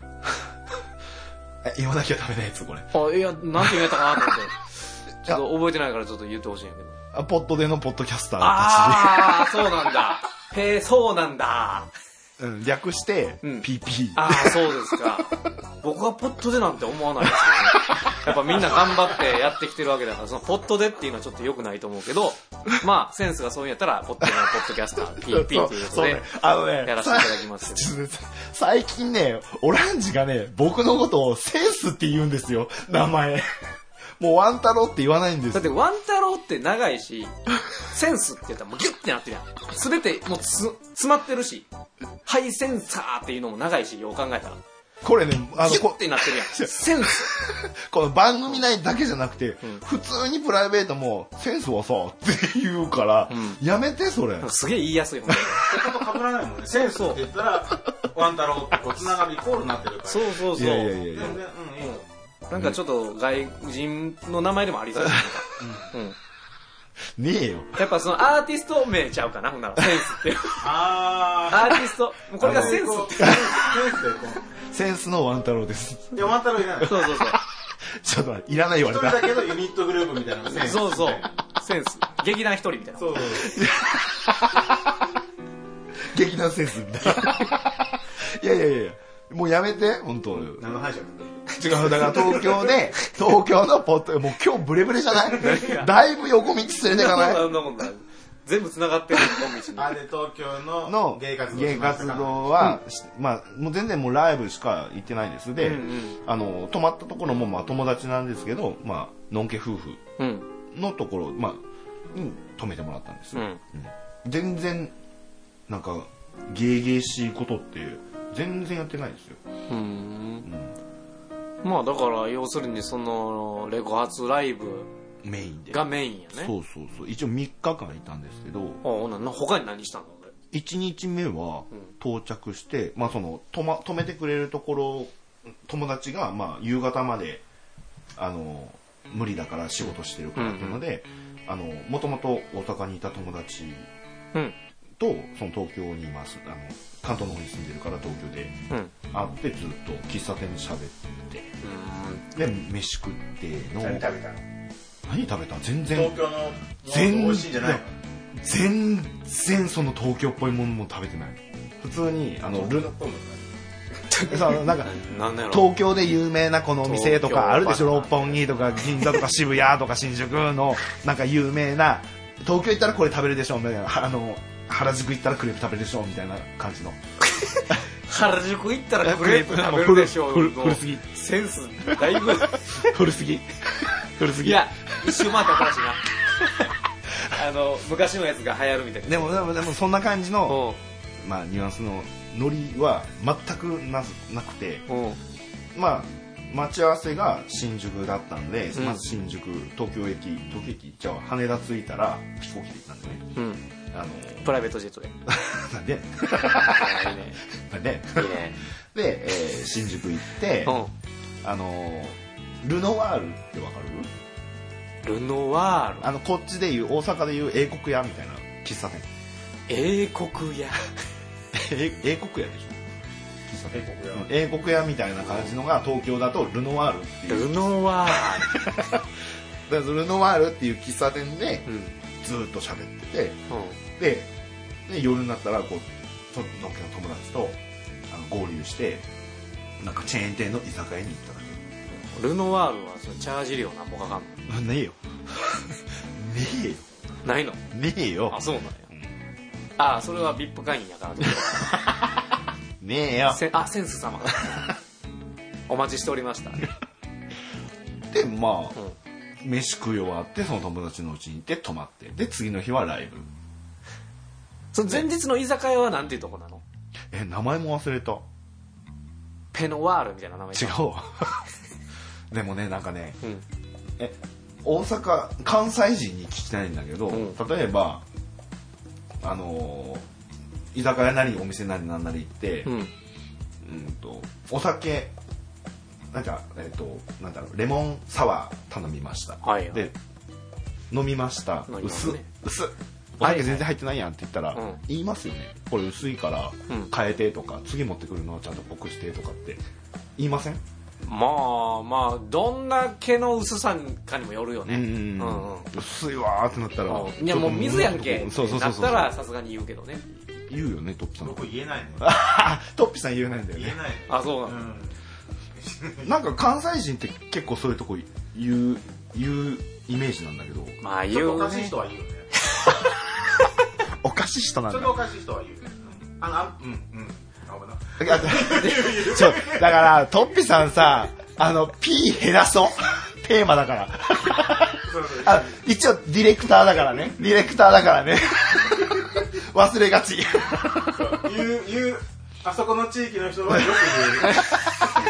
え言わなきゃダメなやつこれあいやなんて言えたかなと思ってちょっと覚えてないからちょっと言ってほしいんやけどポッドでのポッドキャスターたちでああそうなんだへえそうなんだ、 うん、略して、うん、ピーピーああそうですか僕はポッドでなんて思わないですけどねやっぱみんな頑張ってやってきてるわけだからそのポッドでっていうのはちょっと良くないと思うけどまあセンスがそういうんやったらポッドでのポッドキャスター ピーピー っていうことでね、あのねやらせていただきますけど最近ねオランジがね僕のことをセンスって言うんですよ名前もうワン太郎って言わないんですよだってワン太郎って長いしセンスって言ったらもうギュッてなってるやん全てもうつ詰まってるしハイセンサーっていうのも長いしよう考えたらこれね、あの、 ギュッこてなってるやん。センス。 この番組内だけじゃなくて、 うん普通にプライベートも、センスはさ、って言うから、 うんやめて、それ。 すげえ言いやすいもんね。 そこと被らないもんね。センスって言ったら、ワン太郎ってこう、つながりイコールになってるから。 そうそうそう。 いやいやいやいや。 全然、うん、いいよ。 なんかちょっと外人の名前でもありそうやうん。うん。 ねえよ。 やっぱそのアーティスト名ちゃうかな、ほんなら。センスって。 あアーティスト。もうこれがセンスって。 センスでこセンスのワン太郎です。 う。いや、ワン太郎いらない。 そうそうそう。 ちょっと待って、いらない言わ一れた。 人だけどユニットグループみたいなのがセンス。 そうそう。センス。劇団一人みたいな。 そうそう劇団センスみたいな。いやいやいや、もうやめて、本当。 そう。何の話だっ違う、だから東京で、東京のポット、もう今日ブレブレじゃないだいぶ横道連れてかないそんなもんだ。全部繋がってる、本道に。 あれ、東京のの芸活動芸活動は、しまあ、もう全然もうライブしか行ってないですで、 うんうんあの、泊まったところもまあ友達なんですけど、まあ、のんけ夫婦うん。 のところ、まあ、に泊めてもらったんですよ。 うん。 うん全然、なんか、芸々しいことって、全然やってないですよ。 うん。 うんまあだから、要するにその、レコ発ライブメインで。 がメインやね。 そうそうそう。一応みっかかんいたんですけど、 あほな、他に何したの俺。 いちにちめは到着して、まあその、泊ま、泊めてくれるところ、友達が、まあ夕方まで、あの、無理だから仕事してるからっていうので、あの、もともと大阪にいた友達うん。 と、その東京にいます、あの、関東の方に住んでるから東京でうん。 会ってずっと喫茶店で喋って、で、飯食っての、 何食べたの？ 何食べた全然東京の全美味しいんじゃないの？ 全然その東京っぽいものも食べてない。普通にあのルさなんかなんだろう。 東京で有名なこのお店とかあるでしょ。 東京六本木とか銀座とか渋谷とか新宿のなんか有名な、東京行ったらこれ食べるでしょみたいな、あの原宿行ったらクレープ食べるでしょみたいな感じの。 原宿行ったらクレープ食べるでしょう古の古すぎセンスだいぶ古すぎ古すぎ。 いや一周回った新しいなあの昔のやつが流行るみたいな。 でもでもでもそんな感じのうまあニュアンスのノリは全くななくて、 んうんまあ待ち合わせが新宿だったんで、 うんまず新宿東京駅東京駅じゃあ羽田着いたら飛行機で行ったんでね、 うんあのプライベートジェットでなんでいいねなんでいいねで、えー新宿行って、 うんあのルノワールってわかる？ ルノワールあのこっちでいう大阪でいう英国屋みたいな喫茶店。 英国屋え英国屋でしょ喫茶店。 英国屋うん英国屋みたいな感じのが東京だとルノワールっていうルノワーでルノワールっていう喫茶店でルうんずーっと喋ってて、 うんでで夜になったらこうそののっけの友達とあの合流してなんかチェーン店の居酒屋に行っただルノワールはそのチャージ料なんぼかかんけ。ねえよねえよのないの？ ねえよあそうなんや、あそれは ブイアイピー 会員やからってことねえよせあセンス様お待ちしておりましたでまあうん飯食い終わってその友達の家に行って泊まってで次の日はライブ。 その前日の居酒屋はなんていうとこなの？ え名前も忘れた。 ペノワールみたいな名前違うでもねなんかねうんえ大阪関西人に聞きたいんだけど、 うん例えばあのー居酒屋なりお店なりなんなり行って、 うんうんとお酒なんかえっ、となんだろうレモンサワー頼みました、 はいはいで飲みました薄飲みますね薄お酒全然入ってないやんって言ったら、 うん言いますよねこれ薄いからうん変えてとか、次持ってくるのをちゃんと濃くしてとかって言いません？ まあまあどんだけの薄さかにもよるよね、 うんうんうん薄いわーってなったら、 いやもう水やんけそうそうそうそうだったらさすがに言うけどね。 言うよねトッピさん。 僕言えないのトッピさん言えないんだよね。 言えないあそうなの、 うんなんか関西人って結構そういうとこ言う言うイメージなんだけど、 まあちょっとお言うねかしい人は言うよねおかしい人なんだちょっとおかしい人は言うねうんあのあうんうん危ないあちょだからトッピさんさあの P 減らそうテーマだからあ一応ディレクターだからねディレクターだからね忘れがち言う言うあそこの地域の人はよく言う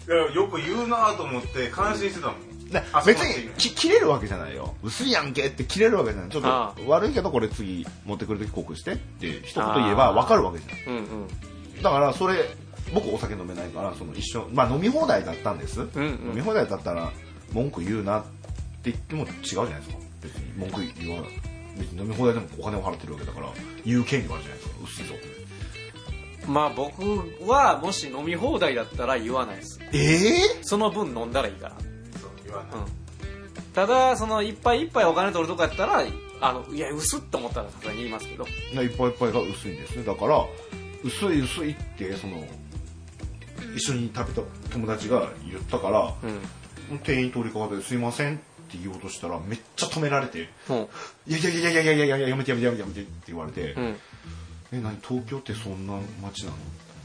いやよく言うなと思って感心してたもん。あ別そうにき切れるわけじゃないよ。薄いやんけって切れるわけじゃない。ちょっあと悪いけどこれ次持ってくるとき濃くしてって一言言えば分かるわけじゃん。 うんうんだからそれ僕お酒飲めないからその一緒まあ飲み放題だったんです、 うんうん飲み放題だったら文句言うなって言っても違うじゃないですか。別に文句言わない。別に飲み放題でもお金を払ってるわけだから言う権利があるじゃないですか。薄いぞまあ僕はもし飲み放題だったら言わないです。 ええその分飲んだらいいから。 そう言わない、 うんただそのいっぱいいっぱいお金取るとかやったらあのいや薄っと思ったらさすがに言いますけど。 いっぱいいっぱいが薄いんですね。だから薄い薄いってその一緒に食べた友達が言ったから、 うん、 店員通りかかってすいませんって言おうとしたらめっちゃ止められて、 うん、 いやいやいやいやいやいやいややめてやめてやめてやめてって言われて、 うん、 え何東京ってそんな街なの？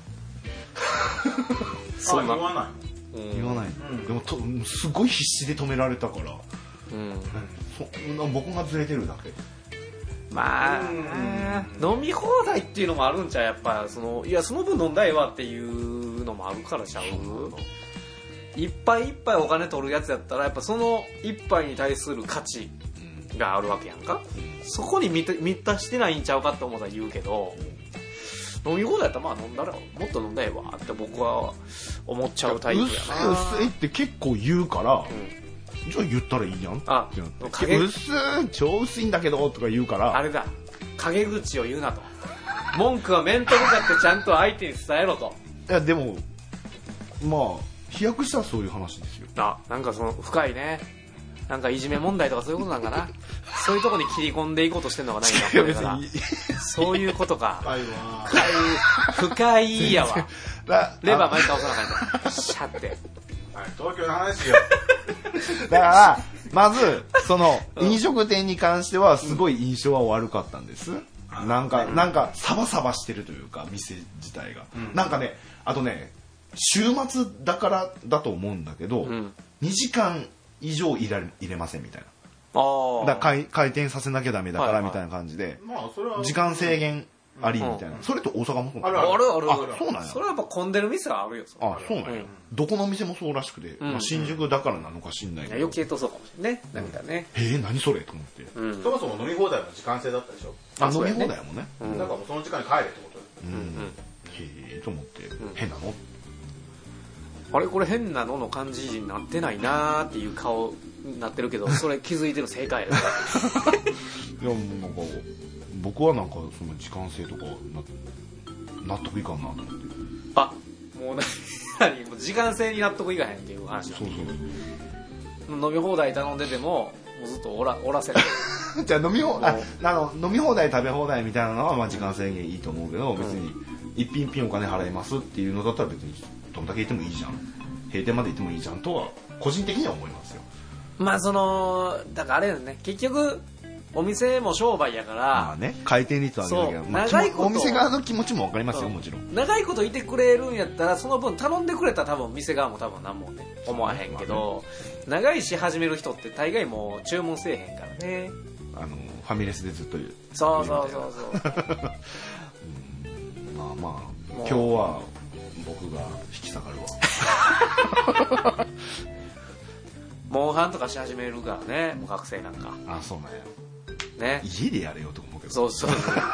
そんな言わないうん言わない、 うん、 でもとすごい必死で止められたから、 うん、 そ僕がずれてるだけ。 まあ飲み放題っていうのもあるんちゃうやっぱそのいやその分飲んだいわっていうのもあるからちゃういっぱいいっぱいお金取るやつやったらやっぱその一杯に対する価値があるわけやんか、うん、そこに満た、満たしてないんちゃうかって思ったら言うけど、うん、飲み放題やったらまあ飲んだらもっと飲んだいわって僕は思っちゃうタイプやな。 薄い薄いって結構言うから、うんじゃあ言ったらいいやんってなって薄い超薄いんだけどとか言うからあれだ陰口を言うなと文句は面と向かってちゃんと相手に伝えろと。 いやでもまあ飛躍したらそういう話ですよ。 あなんかその深いねなんかいじめ問題とかそういうことなんかなそういうとこに切り込んでいこうとしてるのがないんだからそういうことか深いわ深い深いやわレバー毎回押さなあかんとシャって、 はい、東京の話よだからまずその飲食店に関してはすごい印象は悪かったんです、うん、なんかなんかサバサバしてるというか店自体が、うん、なんかねあとね週末だからだと思うんだけど、うん、にじかん以上入れ、入れませんみたいなあだから回転させなきゃダメだからみたいな感じで、はいはい、時間制限ありみたいな、うん、それと大阪もそうなんあるあるあるあるあそうなんやそれはやっぱ混んでる店はあるよそあそうなんや、うん、どこの店もそうらしくて、うんまあ、新宿だからなのか知んないけど、 余計とそうかもしれないねなんかねへえ何それと思って、 うん、そもそも飲み放題の時間制だったでしょあ飲み放題もね、 うん、だからもうその時間に帰れってことうん、うん、へえと思って、うん、変なのあれこれ変なのの感じになってないなーっていう顔になってるけどそれ気づいてる正解やいやもうなんか僕はなんかその時間制とか納得いかんなと思ってあもう何もう時間制に納得いかへんっていう話そうそう飲み放題頼んでてももうずっとおらおらせるじゃあ飲み放題あの飲み放題食べ放題みたいなのはまあ時間制限いいと思うけど、うん、別に一品一品お金払いますっていうのだったら別にどんだけいてもいいじゃん閉店までいてもいいじゃんとは個人的には思いますよ。 まあそのだからあれだね結局お店も商売やからまあね回転率は上げなきゃ、まあ、 長いことお店側の気持ちも分かりますよ、うん、もちろん長いこといてくれるんやったらその分頼んでくれたら多分店側も多分何もね思わへんけど、まあね、長いし始める人って大概もう注文せえへんからねあのファミレスでずっと言うそうそうそうそう、 うん、まあまあ今日は僕が引き下がるわモンハンとかし始めるからねもう学生なんかあそうなんやね、 家でやれよと思うけどそうそうそうだ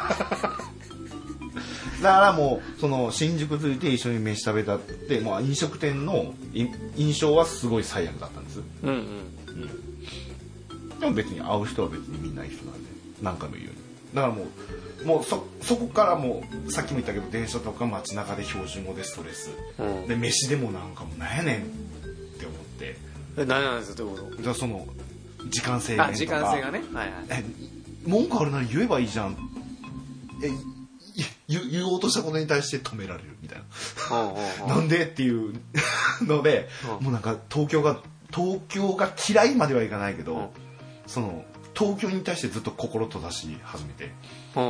からもうその新宿着いて一緒に飯食べたって、まあ、飲食店の印象はすごい最悪だったんです、 うんうんうん、でも別に会う人は別にみんないい人なんで何回も言うようにだからもうもう そ, そこからもうさっきも言ったけど電車とか街中で標準語でストレス、うん、で飯でもなんかもなんやねんって思ってえ何なんですよどういうことじゃあその時間制限とかあ時間制がね、はいはい、 え文句あるなら言えばいいじゃんえ言, 言おうとしたことに対して止められるみたいななんでっていうのでもうなんか東京が東京が嫌いまではいかないけど、うん、その東京に対してずっと心閉ざし始めて、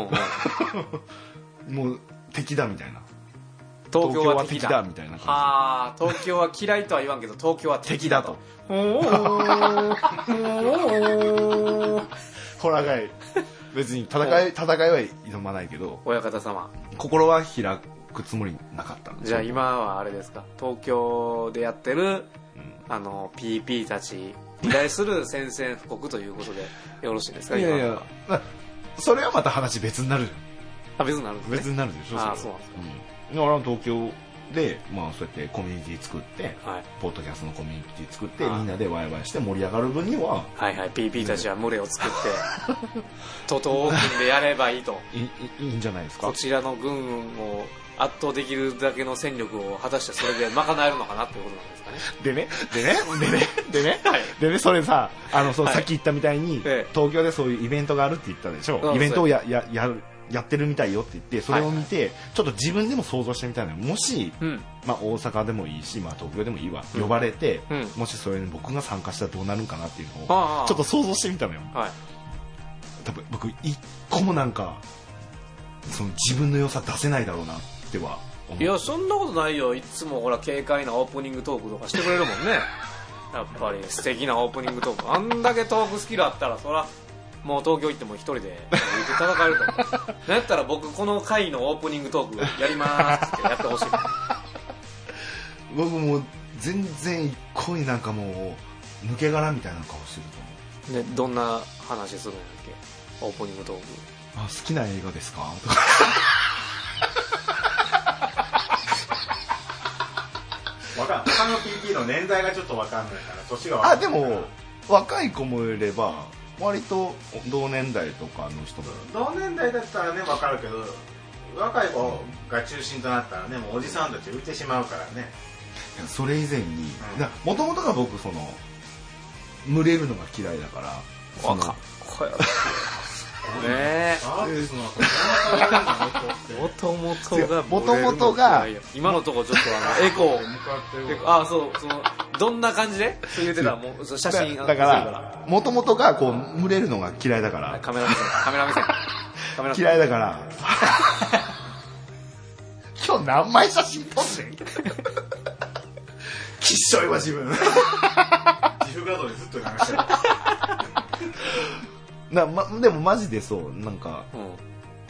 うん、もう敵だみたいな東京は敵 だ, 東京は敵だみたいな感じは東京は嫌いとは言わんけど東京は敵だとホラガイ別に戦い、うん、戦いは挑まないけど親方様心は開くつもりなかったんで。 じゃあ今はあれですか、東京でやってる、うん、あの ピーピー たちに対する宣戦布告ということでよろしいですか？ いやいや、それはまた話別になる。 あ、別になるんですね。 別になるでしょ。 ああ、そうなんですか。 うん、だから東京で、まあ、そうやってコミュニティ作って、 はい、 ポッドキャストのコミュニティ作って、みんなでワイワイして盛り上がる分には、 はいはい、ピーピー たちは群れを作って徒党を組んでやればいいといい、いいんじゃないですか。 こちらの軍を圧倒できるだけの戦力を果たしてそれで賄えるのかなっていうことなんですかね。 でね、でね、でね、でね、はい、でね、それさ、あの、そう、はい、さっき言ったみたいに、ええ、東京でそういうイベントがあるって言ったでしょ。イベントをや、や、やる。やってるみたいよって言ってそれを見て、はい、ちょっと自分でも想像してみたいな。もし、うん、まあ、大阪でもいいし、まあ、東京でもいいわ、うん、呼ばれて、うん、もしそれに僕が参加したらどうなるんかなっていうのをちょっと想像してみたのよ。はい、多分僕一個もなんかその自分の良さ出せないだろうなっては思う。 いやそんなことないよ。いつもほら軽快なオープニングトークとかしてくれるもんねやっぱり素敵なオープニングトーク、あんだけトークスキルあったらそらもう東京行っても一人で戦えると思うなんやったら僕この回のオープニングトークやりまーすってやってほしい僕もう全然一個になんかもう抜け殻みたいな顔してると思う。でどんな話するんだっけオープニングトーク。 あ、好きな映画ですかとかわかん他の ピーピー の年代がちょっとわかんないから年がわかんない。 あ、でも若い子もいれば割と同年代とかの人だ。 同年代だったらね分かるけど若い子が中心となったらねもうおじさんたち浮いてしまうからね。 それ以前にもともとが僕その群れるのが嫌いだからそのかっこよねもともとがもともとが今のところちょっとあのエコーあそうそのどんな感じでそう言ってたらもう写真だからもともとがこう群れるのが嫌いだからカメラ目線カメラ目線カメラ嫌いだから今日何枚写真撮んねんきっしょいわ自分自負画像でずっと流してるな、ま、でもマジでそうなんか、うん、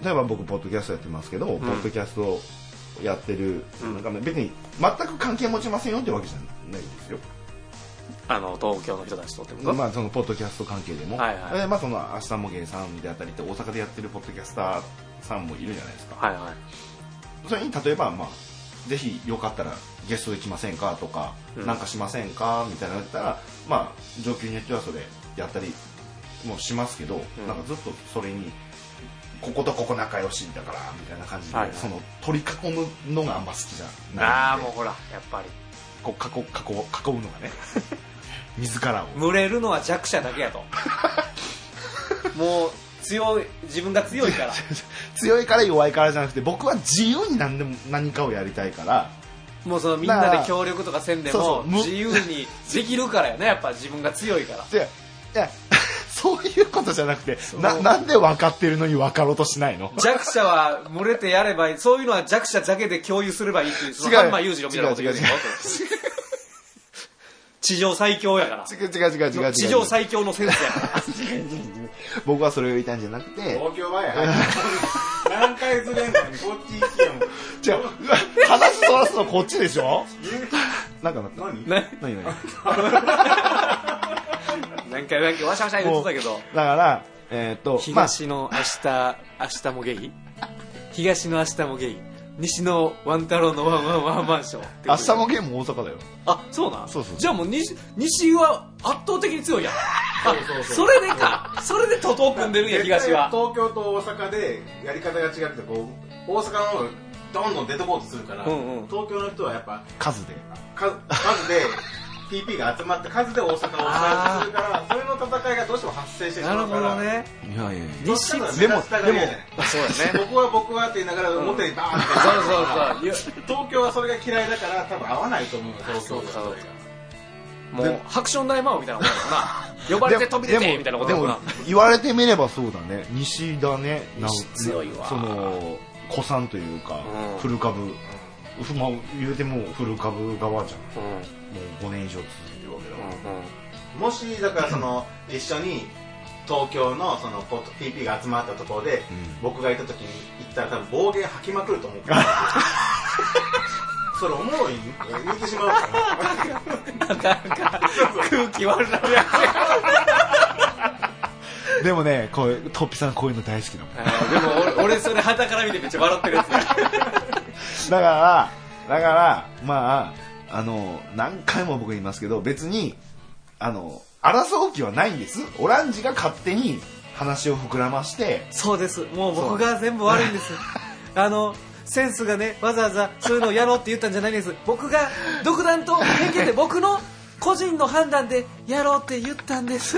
例えば僕ポッドキャストやってますけど、うん、ポッドキャストをやってる、うん、なんか、ね、別に全く関係持ちませんよってわけじゃないですよ。 あの東京の人たちとってこと？ まあそのポッドキャスト関係でも、はいはい、まあその明日もゲイさんであったりって大阪でやってるポッドキャスターさんもいるじゃないですか。はいはい。それに例えばまあぜひよかったらゲストで来ませんかとか、うん、なんかしませんかみたいなの言ったらまあ状況によってはそれやったりもしますけど、うん、なんかずっとそれにこことここ仲良しだからみたいな感じで、はいはい、その取り囲むのがあんま好きじゃない。 ああもうほらやっぱりこう囲囲囲うのがね自らを群れるのは弱者だけやともう強い自分が強いから強いから弱いからじゃなくて僕は自由に何でも何かをやりたいからもうそのみんなで協力とかせんでも自由にできるからよねやっぱ自分が強いからいやいやそういうことじゃなくて な, なんで分かってるのに分かろうとしないの。 弱者は群れてやればいいそういうのは弱者だけで共有すればいいっていうそのハンマー裕次郎みたいなこと言うでしょ。地上最強やから違う違う違う違う違う地上最強のセンスやから僕はそれを言いたいんじゃなくて東京はや何回ずれんのにこっち行きやもん違う話そらすのこっちでしょなんかなった何何何何回何回わしゃわしゃ言ってたけどだからえー、っと東の明日明日もゲイ東の明日もゲイ西のワン太郎のワンワンワンマンション明日もゲーム大阪だよ。 あ、そうなん。 そうそうそうじゃあもう西、西は圧倒的に強いやん。そうそうそうそれでかそれで徒党組んでるんや東は。 東京と大阪でやり方が違ってこう大阪の方がどんどん出てこうとするから、うんうん、東京の人はやっぱ数で数でピーピー が集まって数で大阪を抑えてするからそれの戦いがどうしても発生してしまうからなるほどね。 いやいや西でもでもそうだね僕は僕はって言いながら表にバーンって、うん、そうそうそう東京はそれが嫌いだから多分合わないと思う東京の人がもうハクション大魔王みたいなことだな呼ばれて飛び出てみたいなことだな。 言われてみればそうだね西だね西強いわその古参というか、うん、古株、うん、まあ、言うても古株側じゃん、うん、もうごねん以上続いてるわけだから、うんうん、 もしだからその一緒に東京のその ピーピー が集まったところで、うん、僕がいた時に行ったら多分暴言吐きまくると思うからそれおもろいって言ってしまうからなんか空気悪なるやつでもねこうトッピさんこういうの大好きだもんでも 俺, 俺それ旗から見てめっちゃ笑ってるやつだからだからまああの何回も僕言いますけど別にあの争う気はないんです。オランジが勝手に話を膨らましてそうですもう僕が全部悪いんですあのセンスがねわざわざそういうのをやろうって言ったんじゃないんです。僕が独断と偏見で僕の個人の判断でやろうって言ったんです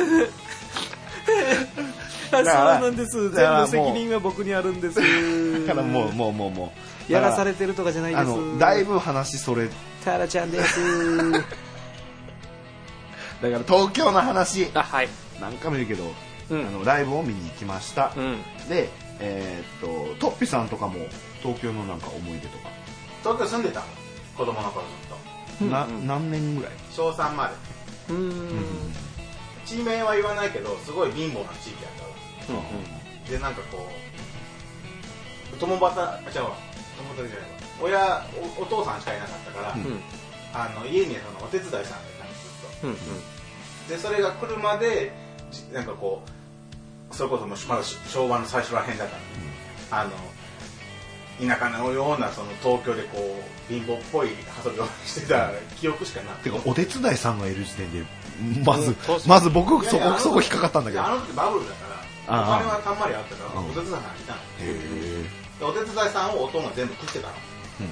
そうなんです。全部責任は僕にあるんですだからもうもうもうもうやらされてるとかじゃないです。あのだいぶ話それタラちゃんですだから東京の話あ、はい、 何回も言うけど、うん、あのライブを見に行きました、うん、で、えー、っとトッピさんとかも東京のなんか思い出とか。 東京住んでた子供の頃ずっと、 な、うん、何年ぐらい？ しょうさんまで。うーん地名は言わないけどすごい貧乏な地域だったわ、うんうん、でなんかこう共働きあ違うわ共働きじゃないわ親 お, お父さんしかいなかったから、うん、あの家にそのお手伝いさんがいたんですずっと、うんうん、でそれが来るまでなんかこうそれこそもうまだ昭和の最初らへんだから、うん、あの田舎のようなその東京でこう貧乏っぽい遊びをしてた記憶しかなくて、 てかお手伝いさんがいる時点でまず、うん、まず僕そこそこ引っかかったんだけど、 あの時バブルだからお金はたんまりあったからお手伝いさんがいたの、うん、お手伝いさんをおとんが全部食ってたの、うん、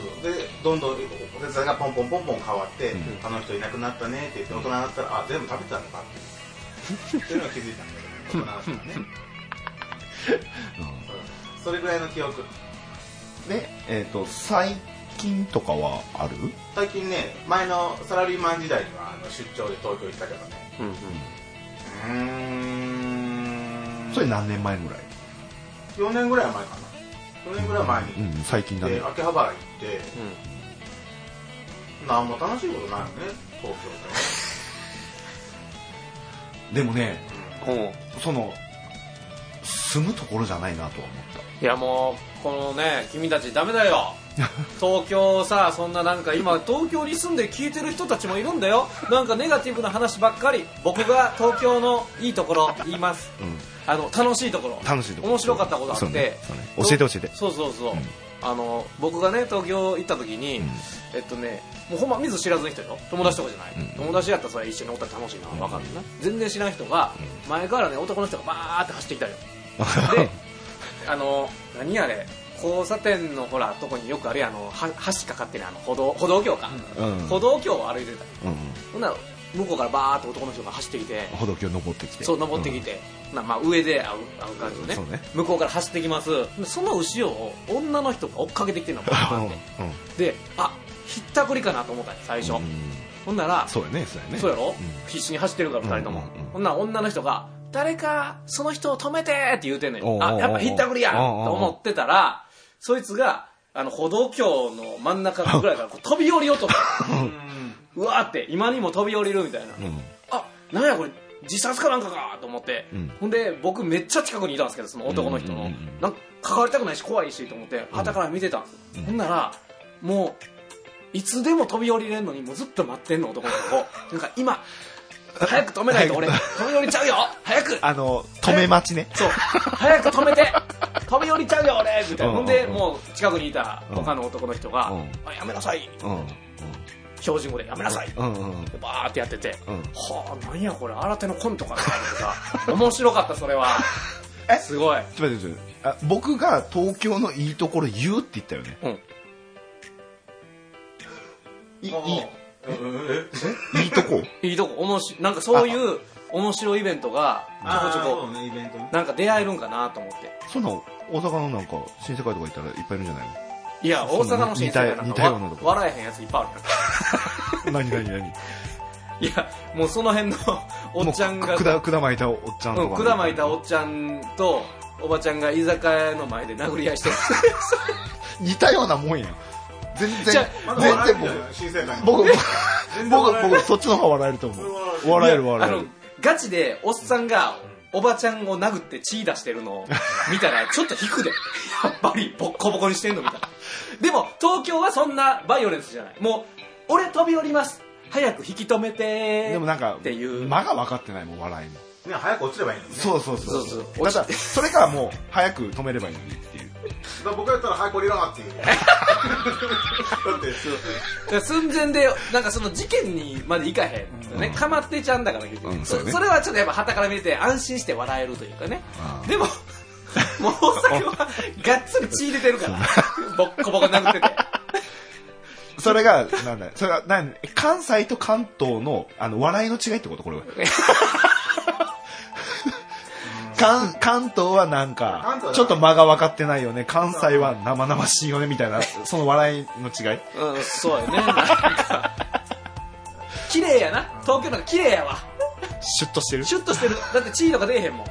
そうそうでどんどんお手伝いがポンポンポンポン変わって、うん、あの人いなくなったねって言って大人になったらあ全部食べてたのかっていうのが気づいたんだけど大人だったらね、うん、それぐらいの記憶で、えーと、最近とかはある？ 最近ね、前のサラリーマン時代にはあの出張で東京行ったけどね、うんうん、うーんそれ何年前ぐらい？ よねんぐらい前かなよねんぐらい前に、 うんうん、最近だね。 秋葉原行って、うん、なんも楽しいことないよね東京ででもね、うん、その住むところじゃないなとは思った。 いやもうこのね君たちダメだよ東京さそんななんか今東京に住んで聞いてる人たちもいるんだよ。なんかネガティブな話ばっかり。僕が東京のいいところ言います、うん、あの楽しいところ楽しいところ面白かったことあって、ねね、 教えて教えて。 そうそうそう、うん、あの僕がね東京行った時に、うん、えっとねもうほんま見ず知らずの人よ友達とかじゃない、うん、友達やったらそれ一緒におったら楽しいな分かるな、うん、全然知らん人が前からね男の人がバーって走ってきたよであの何あれ交差点のほらとこによくあるやんあの橋かかってるあの歩道歩道橋か、うんうん、歩道橋を歩いてた、うんうん、ほんなら向こうからバーって男の人が走ってきて歩道橋登ってきてそう登ってきて、うんまあ、上で会う、会う感じで ね, ね向こうから走ってきます。その後ろを女の人が追っかけてきてるのバーって、うんうん、であひったくりかなと思ったん最初、うん、ほんならそうやねそうやねそうやろ、うん、必死に走ってるからふたりとも、うんうんうん、ほんなら女の人が誰かその人を止めてって言うてんねん。あやっぱひったくりやと思ってたらそいつがあの歩道橋の真ん中ぐらいからこう飛び降りようと思ってうわーって今にも飛び降りるみたいな、うん、あなんやこれ自殺かなんかかと思って、うん、ほんで僕めっちゃ近くにいたんですけどその男の人の、うんうんうん、なんか関わりたくないし怖いしと思って傍から見てたんです、うん、ほんならもういつでも飛び降りれんのにもうずっと待ってんの男の子なんか今早く止めないと俺飛び降りちゃうよ早くあの止め待ちねそう早く止めて飛び降りちゃうよ俺みたいな、うんうんうん、ほんでもう近くにいた他の男の人が、うん、あやめなさい、うんうん、標準語でやめなさい、うんうん、バーってやってて、うん、はあなんやこれ新手のコントかなってさ面白かったそれはえすごいちょっと待ってあ僕が東京のいいところ言うって言ったよね、うん、いいいいとこいいとこおもしなんかそういう面白いイベントがちょこちょこ、ね、イベントなんか出会えるんかなと思ってそんな大阪のなんか新世界とか行ったらいっぱいいるんじゃないの？ いや大阪の新世界なんかわ笑えへんやついっぱいある何何何いやもうその辺のおっちゃんが管管巻いたおっちゃんとか、 うん、管巻いたおっちゃんとおばちゃんが居酒屋の前で殴り合いしてる似たようなもんや全然全然僕僕僕僕そっちの方が笑えると思う笑える笑えるあのガチでおっさんがおばちゃんを殴って血出してるのを見たらちょっと引くでやっぱりボッコボコにしてんの見たら。でも東京はそんなバイオレンスじゃない。もう俺飛び降ります早く引き止めてでもなんかっていう間が分かってないもん笑いも。 ね、早く落ちればいいのにね。 そうそうそうそうそうだからそれからもう早く止めればいいのにっていう。 だから僕だったら早く降りろなっていうだって寸前でなんかその事件にまでいかへんですよね、うん、かまってちゃんだから結局、 うん そ, ね、 それはちょっとやっぱ傍から見て安心して笑えるというかね。でももう大阪はがっつり血出てるからボッコボコ殴っててそれがなんだそれがなん関西と関東のあの笑いの違いってことこれは関, 関東はなんかちょっと間が分かってないよね、関西は生々しいよねみたいなその笑いの違い。 うんそうやね。なんか綺麗やな東京なんか綺麗やわ。 シュッとしてるシュッとしてる。だって血とか出えへんもん。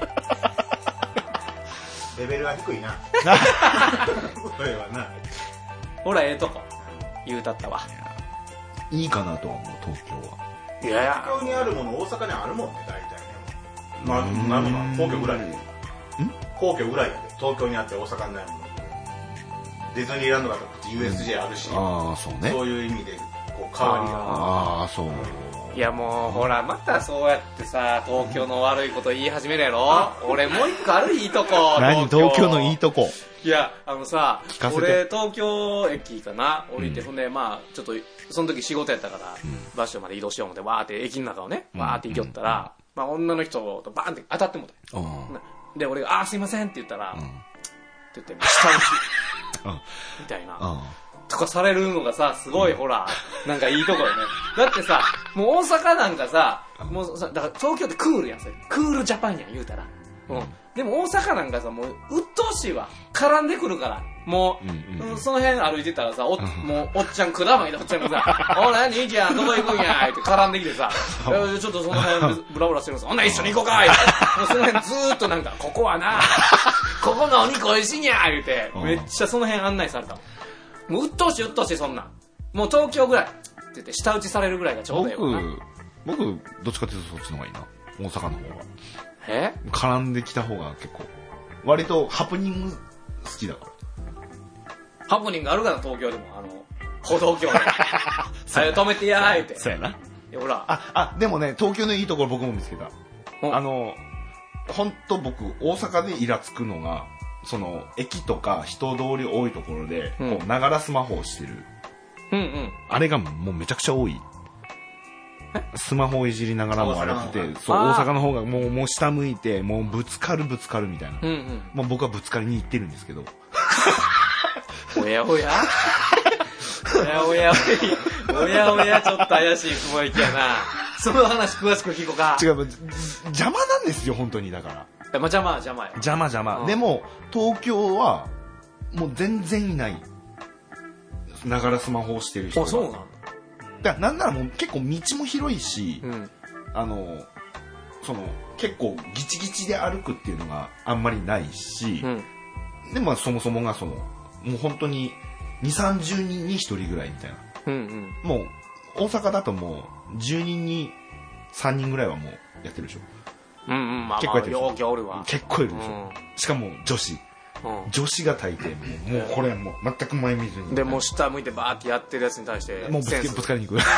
レベルが低いなそれはな。 ほらええとこ言うたったわ。 いいかなとは思う東京は。 いやいや東京にあるもの大阪にあるもんね大体ね。まあ、なるの皇居ぐらいで皇居ぐらいで東京にあって大阪にないもの。ディズニーランドだと ユーエスジェー あるし、 あそうね、 そういう意味でこう変わりが。 ああそう。 いやもうほらまたそうやってさ東京の悪いこと言い始めるやろ。俺もう一個あるいいとこ。 何東京のいいとこ。 いやあのさ俺東京駅かな降りて、うん、ほんでまあちょっとその時仕事やったから、うん、バスまで移動しよう思ってわーって駅の中をねわーって行きよったら、うんまあ、女の人とバーンって当たってもたよ、うん、で俺が「あーすいません」って言ったら「うん、って言って下打ちみたいな、うん、とかされるのがさすごい、うん、ほらなんかいいとこよね。だってさもう大阪なんかさもうさだから東京ってクールやんそれクールジャパンやん言うたら、うん、でも大阪なんかさもう鬱陶しいわ絡んでくるからもう、うんうん、その辺歩いてたらさ お, もうおっちゃん果物いたおっちゃんがさ「おな兄ちゃんどこ行くんや」って絡んできてさ「ちょっとその辺ブラブラしてるんですほんなら一緒に行こうか」ってもうその辺ずーっとなんか「ここはなここのお肉おいしいんや」言うてめっちゃその辺案内された。もう鬱陶しい鬱陶しいそんなんもう東京ぐらいって言って舌打ちされるぐらいがちょうどいいわな。 僕僕どっちかっていうとそっちの方がいいな大阪の方が。 え絡んできた方が結構割とハプニング好きだから。 ハプニングあるかな東京でもあの歩道橋でそれ止めてやーってそうやな。 いやほらああでもね東京のいいところ僕も見つけた。あの本当僕大阪でイラつくのがその駅とか人通り多いところでこうながらスマホをしてる、 うんうん、 あれがもうめちゃくちゃ多い。スマホをいじりながらもあれっててそう大阪の方がもうもう下向いてもうぶつかるぶつかるみたいな、 うんうん、 もう僕はぶつかりに行ってるんですけどおやおやおやおやおやおやちょっと怪しい雲行きやな。その話詳しく聞こうか。 違う邪魔なんですよ本当に。だからまあ、邪魔邪魔や邪魔邪魔、うん、でも東京はもう全然いないながらスマホをしてる人が。 あそうなんだ。 だなんならもう結構道も広いし、 うん、あのその結構ギチギチで歩くっていうのがあんまりないし、 うん、 でもそもそもがそのもう本当ににじゅうさんじゅうにんにひとりぐらいみたいな、 うんうん、 もう大阪だともうじゅうにんにさんにんぐらいはもうやってるでしょ。 うんうんまあ、 結構やってるでしょ。 まあ、おるわ結構いるでしょ、うん、しかも女子うん、女子が大抵もう、もうこれもう全く前見ずにでもう下向いてバーってやってるやつに対してもうぶつけぶつかりに行く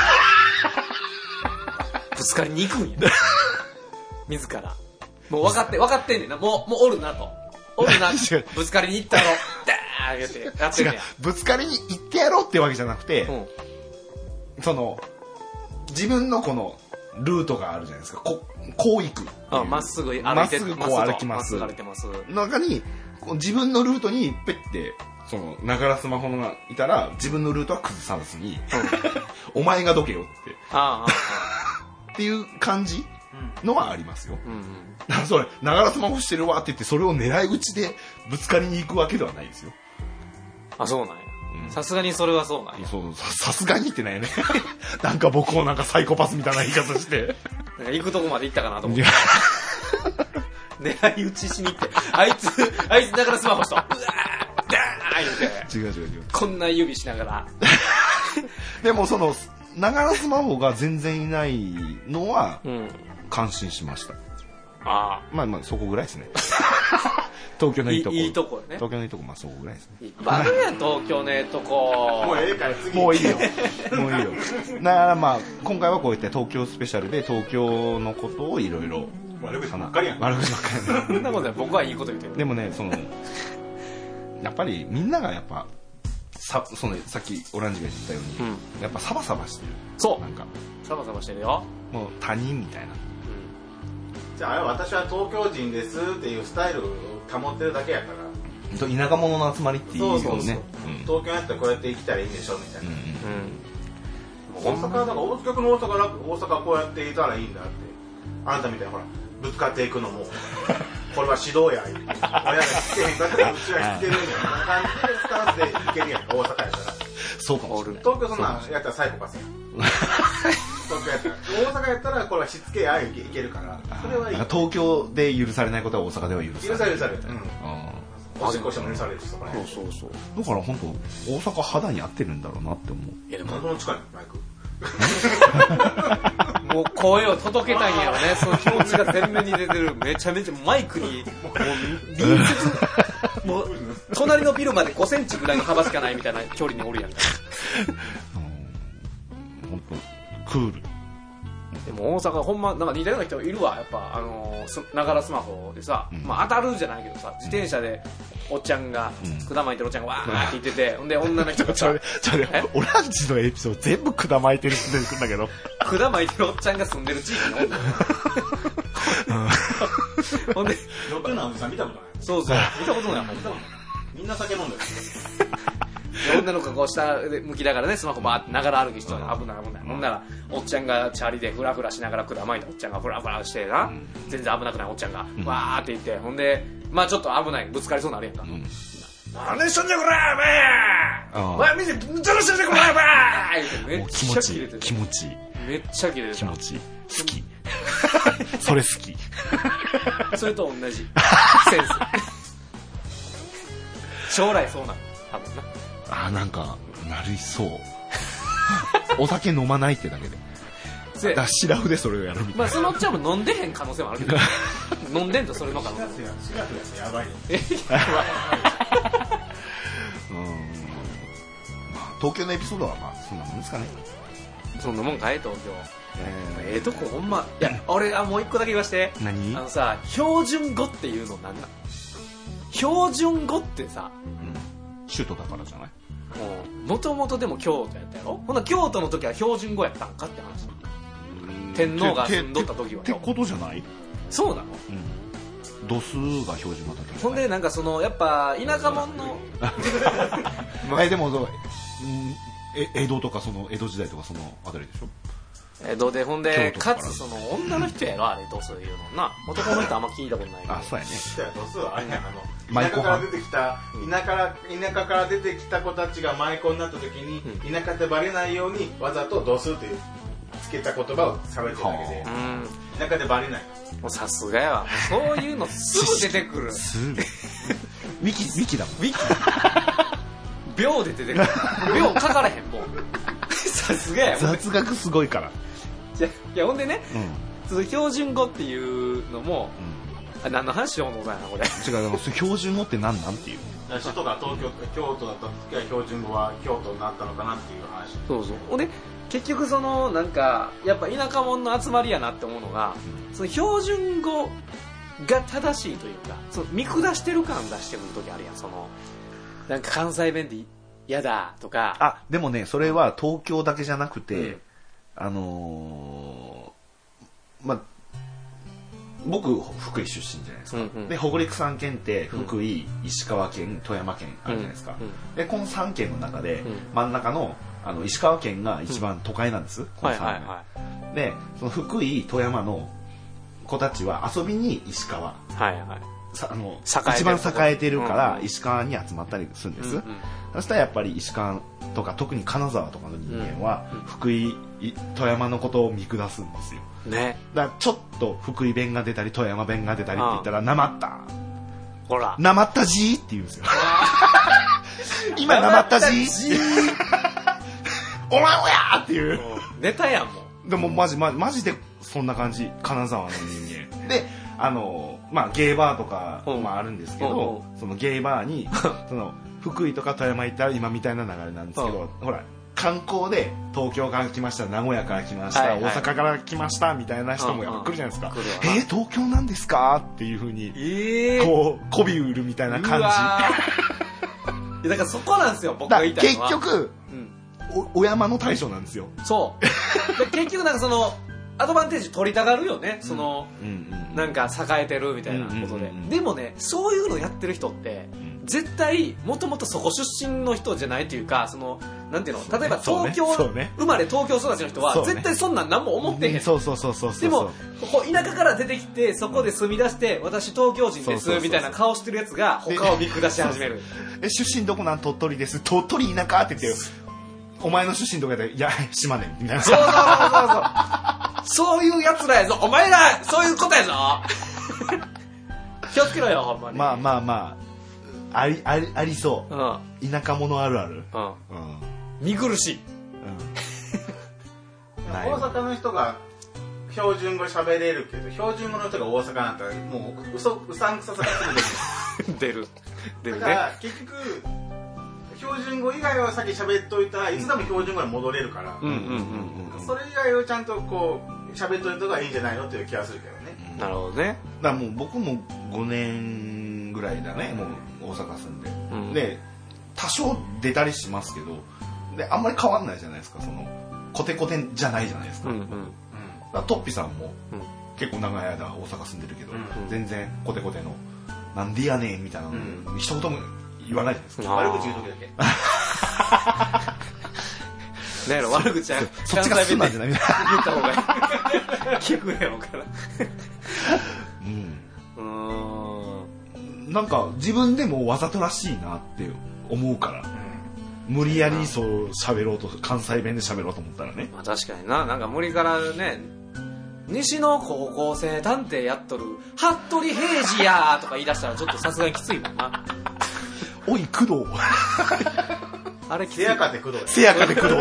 ぶつかりに行くんや自らもう分かって分かってんねんなもうもうおるなとおるなぶつかりに行ったろダーンってやってんねん。 違うぶつかりに行ってやろうってわけじゃなくて、うん、その自分のこのルートがあるじゃないですか。ここう行くまっすぐ歩いてまっすぐこう歩きます歩いてます中に自分のルートにペッてそのながらスマホがいたら自分のルートは崩さずに、うん、お前がどけよってああっていう感じのはありますよ、うんうん、だからそれながらスマホしてるわって言ってそれを狙い撃ちでぶつかりに行くわけではないですよ。 あそうなんや。さすがにそれはそうなんや。 そうさすがにってないよねなんか僕をなんかサイコパスみたいな言い方してなんか行くとこまで行ったかなと思って狙い撃ちしに行ってあいつあいつながらスマホしとうわーダーン言うて違う違う違うこんな指しながらでもそのながらスマホが全然いないのは感心しました、 あまあまあそこぐらいですね東京のいいとこいいとこね東京のいいとこまあそこぐらいですねいっぱいあるやん東京のええとこもうええから次もういいよもういいよだからまあ今回はこういった東京スペシャルで東京のことをいろいろ悪口ばっかりやん悪口ばっかりやんそんなことない僕はいいこと言ってるでもねそのやっぱりみんながやっぱさ, そのさっきオランジが言ったように、うん、やっぱサバサバしてるそうなんかサバサバしてるよもう他人みたいな、うん、 じゃあ私は東京人ですっていうスタイルを保ってるだけやから田舎者の集まりっていうよねそうそうそう、うん、東京やったらこうやって生きたらいいんでしょみたいな、うんうん、大阪だから大阪の大阪楽大阪はこうやっていたらいいんだってあなたみたいにほらぶつかっていくのもこれは指導や親がつけへんかったらうちはつけるんやみたいな感じでスタンスでいけるやんか大阪やったらそうかもしれない東京そんなんやったらサイコパスやん東京やったら大阪やったらこれはしつけやいけるからそれはいい東京で許されないことは大阪では許される許される許される、うん、おしっこしても許されるしそこら辺そうそうそうだから本当大阪肌に合ってるんだろうなって思ういやでもこの近いのマイクもう声を届けたいんやろねその気持ちが前面に出てるめちゃめちゃマイクにもう隣接もう隣のビルまでごセンチぐらいの幅しかないみたいな距離におるやんか本当クールでも大阪ほんまなんか似たような人いるわやっぱあのながらスマホでさ、うん、まあ当たるじゃないけどさ自転車でおっちゃんが、うん、管巻いてるおっちゃんがわーって言っててほんで女の人がさそれオランジのエピソード全部管巻いてる人出てくるんだけど管巻いてるおっちゃんが住んでる地域におんのほんでロックなおじさん見たことないそうそう見たことない見たことないみんな酒飲んでる女の子がこう下向きながらねスマホバーってながら歩きして危ない危ないほんならおっちゃんがチャリでフラフラしながら管巻いたおっちゃんがフラフラしてな、うん、全然危なくないおっちゃんが、うん、わーって言ってほんでまあちょっと危ないぶつかりそうになるやんか、うん、何しとんじゃこらお前お前見てずらしてんじゃこらお前めっちゃキレてる気持ちいいめっちゃキレてる気持ちいい好きそれ好きそれと同じセンス将来そうなの多分なあーなんかなりそうお酒飲まないってだけでだシラフでそれをやるみたいなまあそのおっちゃんも飲んでへん可能性もあるけど飲んでんとそれの可能性シラフやつやばいねうん、まあ、東京のエピソードはまあそんなもんですかねそんなもんかい東京えー、ええとこほんまいや俺あもう一個だけ言わして何あのさ標準語っていうのなんだ標準語ってさ、 うん、首都だからじゃないもともとでも京都やったやろほな京都の時は標準語やったんかって話天皇が住んどった時はってことじゃないそうなの、 うん、度数が標準語だったほんでなんかそのやっぱ田舎者のえでもそう、うん、え江戸とかその江戸時代とかそのあたりでしょ江戸でほんでかつその女の人やろあれ度数言うのな男の人あんま聞いたことないけどあそうやね度数はあれやんあの田舎から出てきた田舎から田舎から出てきた子たちが舞妓になった時に、うん、田舎ってバレないようにわざと度数っていうつけた言葉を喋ってるだけで、うん、田舎でバレない。 もうさすがやわ。そういうのすぐ出てくる。 すぐ。ウィキウィキだもん。 ウィキ。秒で出てくる。秒書かれへんもう。さすがや。 雑学すごいから。 いやいやほんでね、うん、その標準語っていうのも。うん、あ何の話しようのかなこれ。 違うでも標準語って何なんっていう。 首都が東京京都だった時は標準語は京都になったのかなっていう話。 そうそう。ほんで結局そのなんかやっぱ田舎者の集まりやなって思うのが、うん、その標準語が正しいというか、その見下してる感出してくる時あるやん。そのなんか関西弁で嫌だとか。 あでもねそれは東京だけじゃなくて、うん、あのー、まあ僕福井出身じゃないですか、うんうん、で北陸さん県って福井、うん、石川県富山県あるじゃないですか、うんうん、でこのさん県の中で、うん、真ん中のあの石川県が一番都会なんです、うん、このさん県、はいはいはい、でその福井富山の子たちは遊びに石川、はいはい、さあの一番栄えてるから石川に集まったりするんです、うんうん、そしたらやっぱり石川とか特に金沢とかの人間は、うん、福井富山のことを見下すんですよね、 だからちょっと福井弁が出たり富山弁が出たりって言ったらなまったほらなまったじーって言うんですよ今なまったじーお前もやーっていうネタやんもでもマジマジマジでそんな感じ金沢の人間であのまあゲイバーとか、 うんまあ、あるんですけど、 うんうんそのゲイバーにその福井とか富山行ったら今みたいな流れなんですけど、ほら観光で東京から来ました、名古屋から来ました、 はいはい、 大阪から来ましたみたいな人もやっぱ来るじゃないですか、 うんうん、 えー、東京なんですかっていうふうに、 えー、 こう媚び売るみたいな感じ。 うわーだからそこなんですよ、僕が言いたいのは。 結局、うん、お, お山の大将なんですよ。 そうで結局なんかそのアドバンテージ取りたがるよね、その、 うんうんうん、 なんか栄えてるみたいなことで、 うんうんうんうん、 でもねそういうのやってる人って絶対もともとそこ出身の人じゃないというか、そのなんていうの、例えば東京、 そうね、 生まれ東京育ちの人は絶対そんなん何も思ってへん、 そうそうそうそうそう。 でもここ田舎から出てきてそこで住み出して、私東京人ですみたいな顔してるやつが他を見下し始める。 え出身どこなん？鳥取です。鳥取田舎って言って、お前の出身どこやったら、いや島根みたいな。 そうそうそうそうそういうやつらやぞ、お前らそういうことやぞ気をつけろよほんまに。 まあまあまあありありありそう、うん、田舎者あるある、 うんうん、見苦しい、 うん、大阪の人が標準語喋れるけど、標準語の人が大阪なんてもううそうさんくささがすぐ出る出る出るね。 だから結局標準語以外は先喋っといたらいつでも標準語に戻れるから、 うんうんうんうん、 それ以外をちゃんとこう喋っといた方がいいんじゃないのっていう気がするけどね。 なるほどね。 だからもう僕もごねんぐらいだね、もう大阪住んで、うん、で多少出たりしますけど、であんまり変わんないじゃないですか、そのコテコテじゃないじゃないですか、うんうん、だからトッピさんも、うん、結構長い間大阪住んでるけど、うん、全然コテコテのなんでやねんみたいなの、うん、一言も言わないじゃないですか。 悪口言うときだけなんやろ、悪口はそっちがすんなんじゃないみたいな言った方がいい聞くやろうからうん、うんなんか自分でもわざとらしいなって思うから、うん、無理やりそう喋ろうと、関西弁で喋ろうと思ったらね、 まあ、確かにな、なんか無理からね、西の高校生探偵やっとる服部平次やとか言い出したらちょっとさすがにきついもんなおい工藤あれせやかて工藤せやかて工藤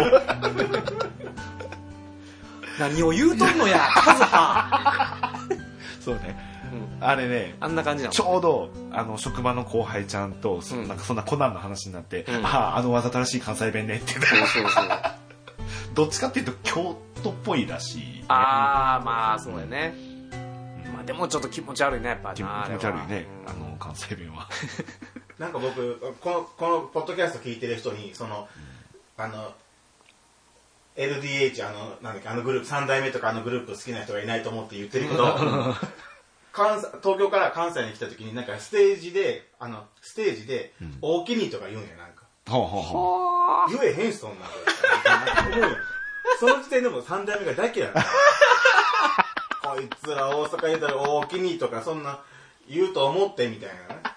何を言うとんのやカズハそうね、うん、あれね、 あんな感じなのちょうどあの職場の後輩ちゃんと、うん、なんかそんなコナンの話になって、うん、あああのわざとらしい関西弁ねって言ってそうそうそうどっちかっていうと京都っぽいらしい、ね、 ああまあそうやね、うん、まあでもちょっと気持ち悪いねやっぱな、 気持ち悪いね、あの関西弁はなんか僕このこのポッドキャスト聞いてる人にその、うん、あの エルディーエイチ あのなんだっけあのグループさん代目とかあのグループ好きな人がいないと思って言ってるけど関東京から関西に来た時になんかステージであのステージで大きにとか言うんやなんか、うん、言えへんそんなこと思うよ。その時点でもさん代目が大嫌いなこいつら大阪にいたら大きにとかそんな言うと思ってみたいなね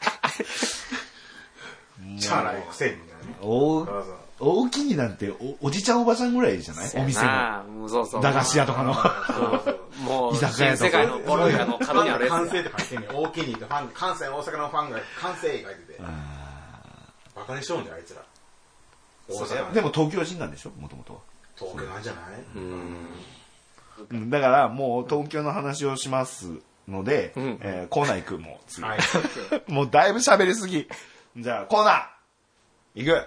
チャラいくせにみたいなね。 お大きになんて お, おじちゃんおばちゃんぐらいじゃない、お店のそうそう駄菓子屋とかのもう居酒屋とか新世界のボロ屋の角にあるやつ完成って書いてんねん。大きにってファン関西大阪のファンが完成書いててバカにしようんじゃんあいつら。 大阪でも東京人なんでしょ、もともとは。 東京なんじゃない？ うん、だからもう東京の話をしますので、うんえー、コーナー行くもう次、はい、もうだいぶ喋りすぎ。じゃあコーナー行く。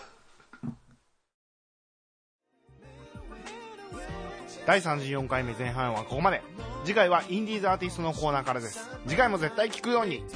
だいさんじゅうよんかいめ前半はここまで。次回はインディーズアーティストのコーナーからです。次回も絶対聞くように。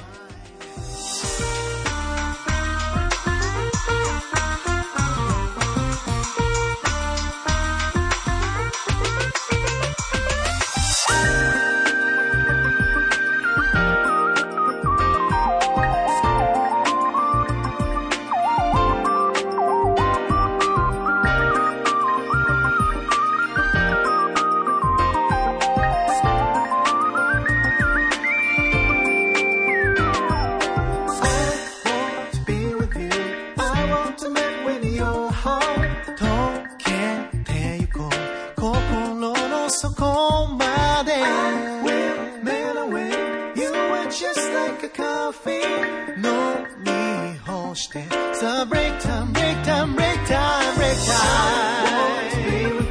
So break time, break time, break time, break time.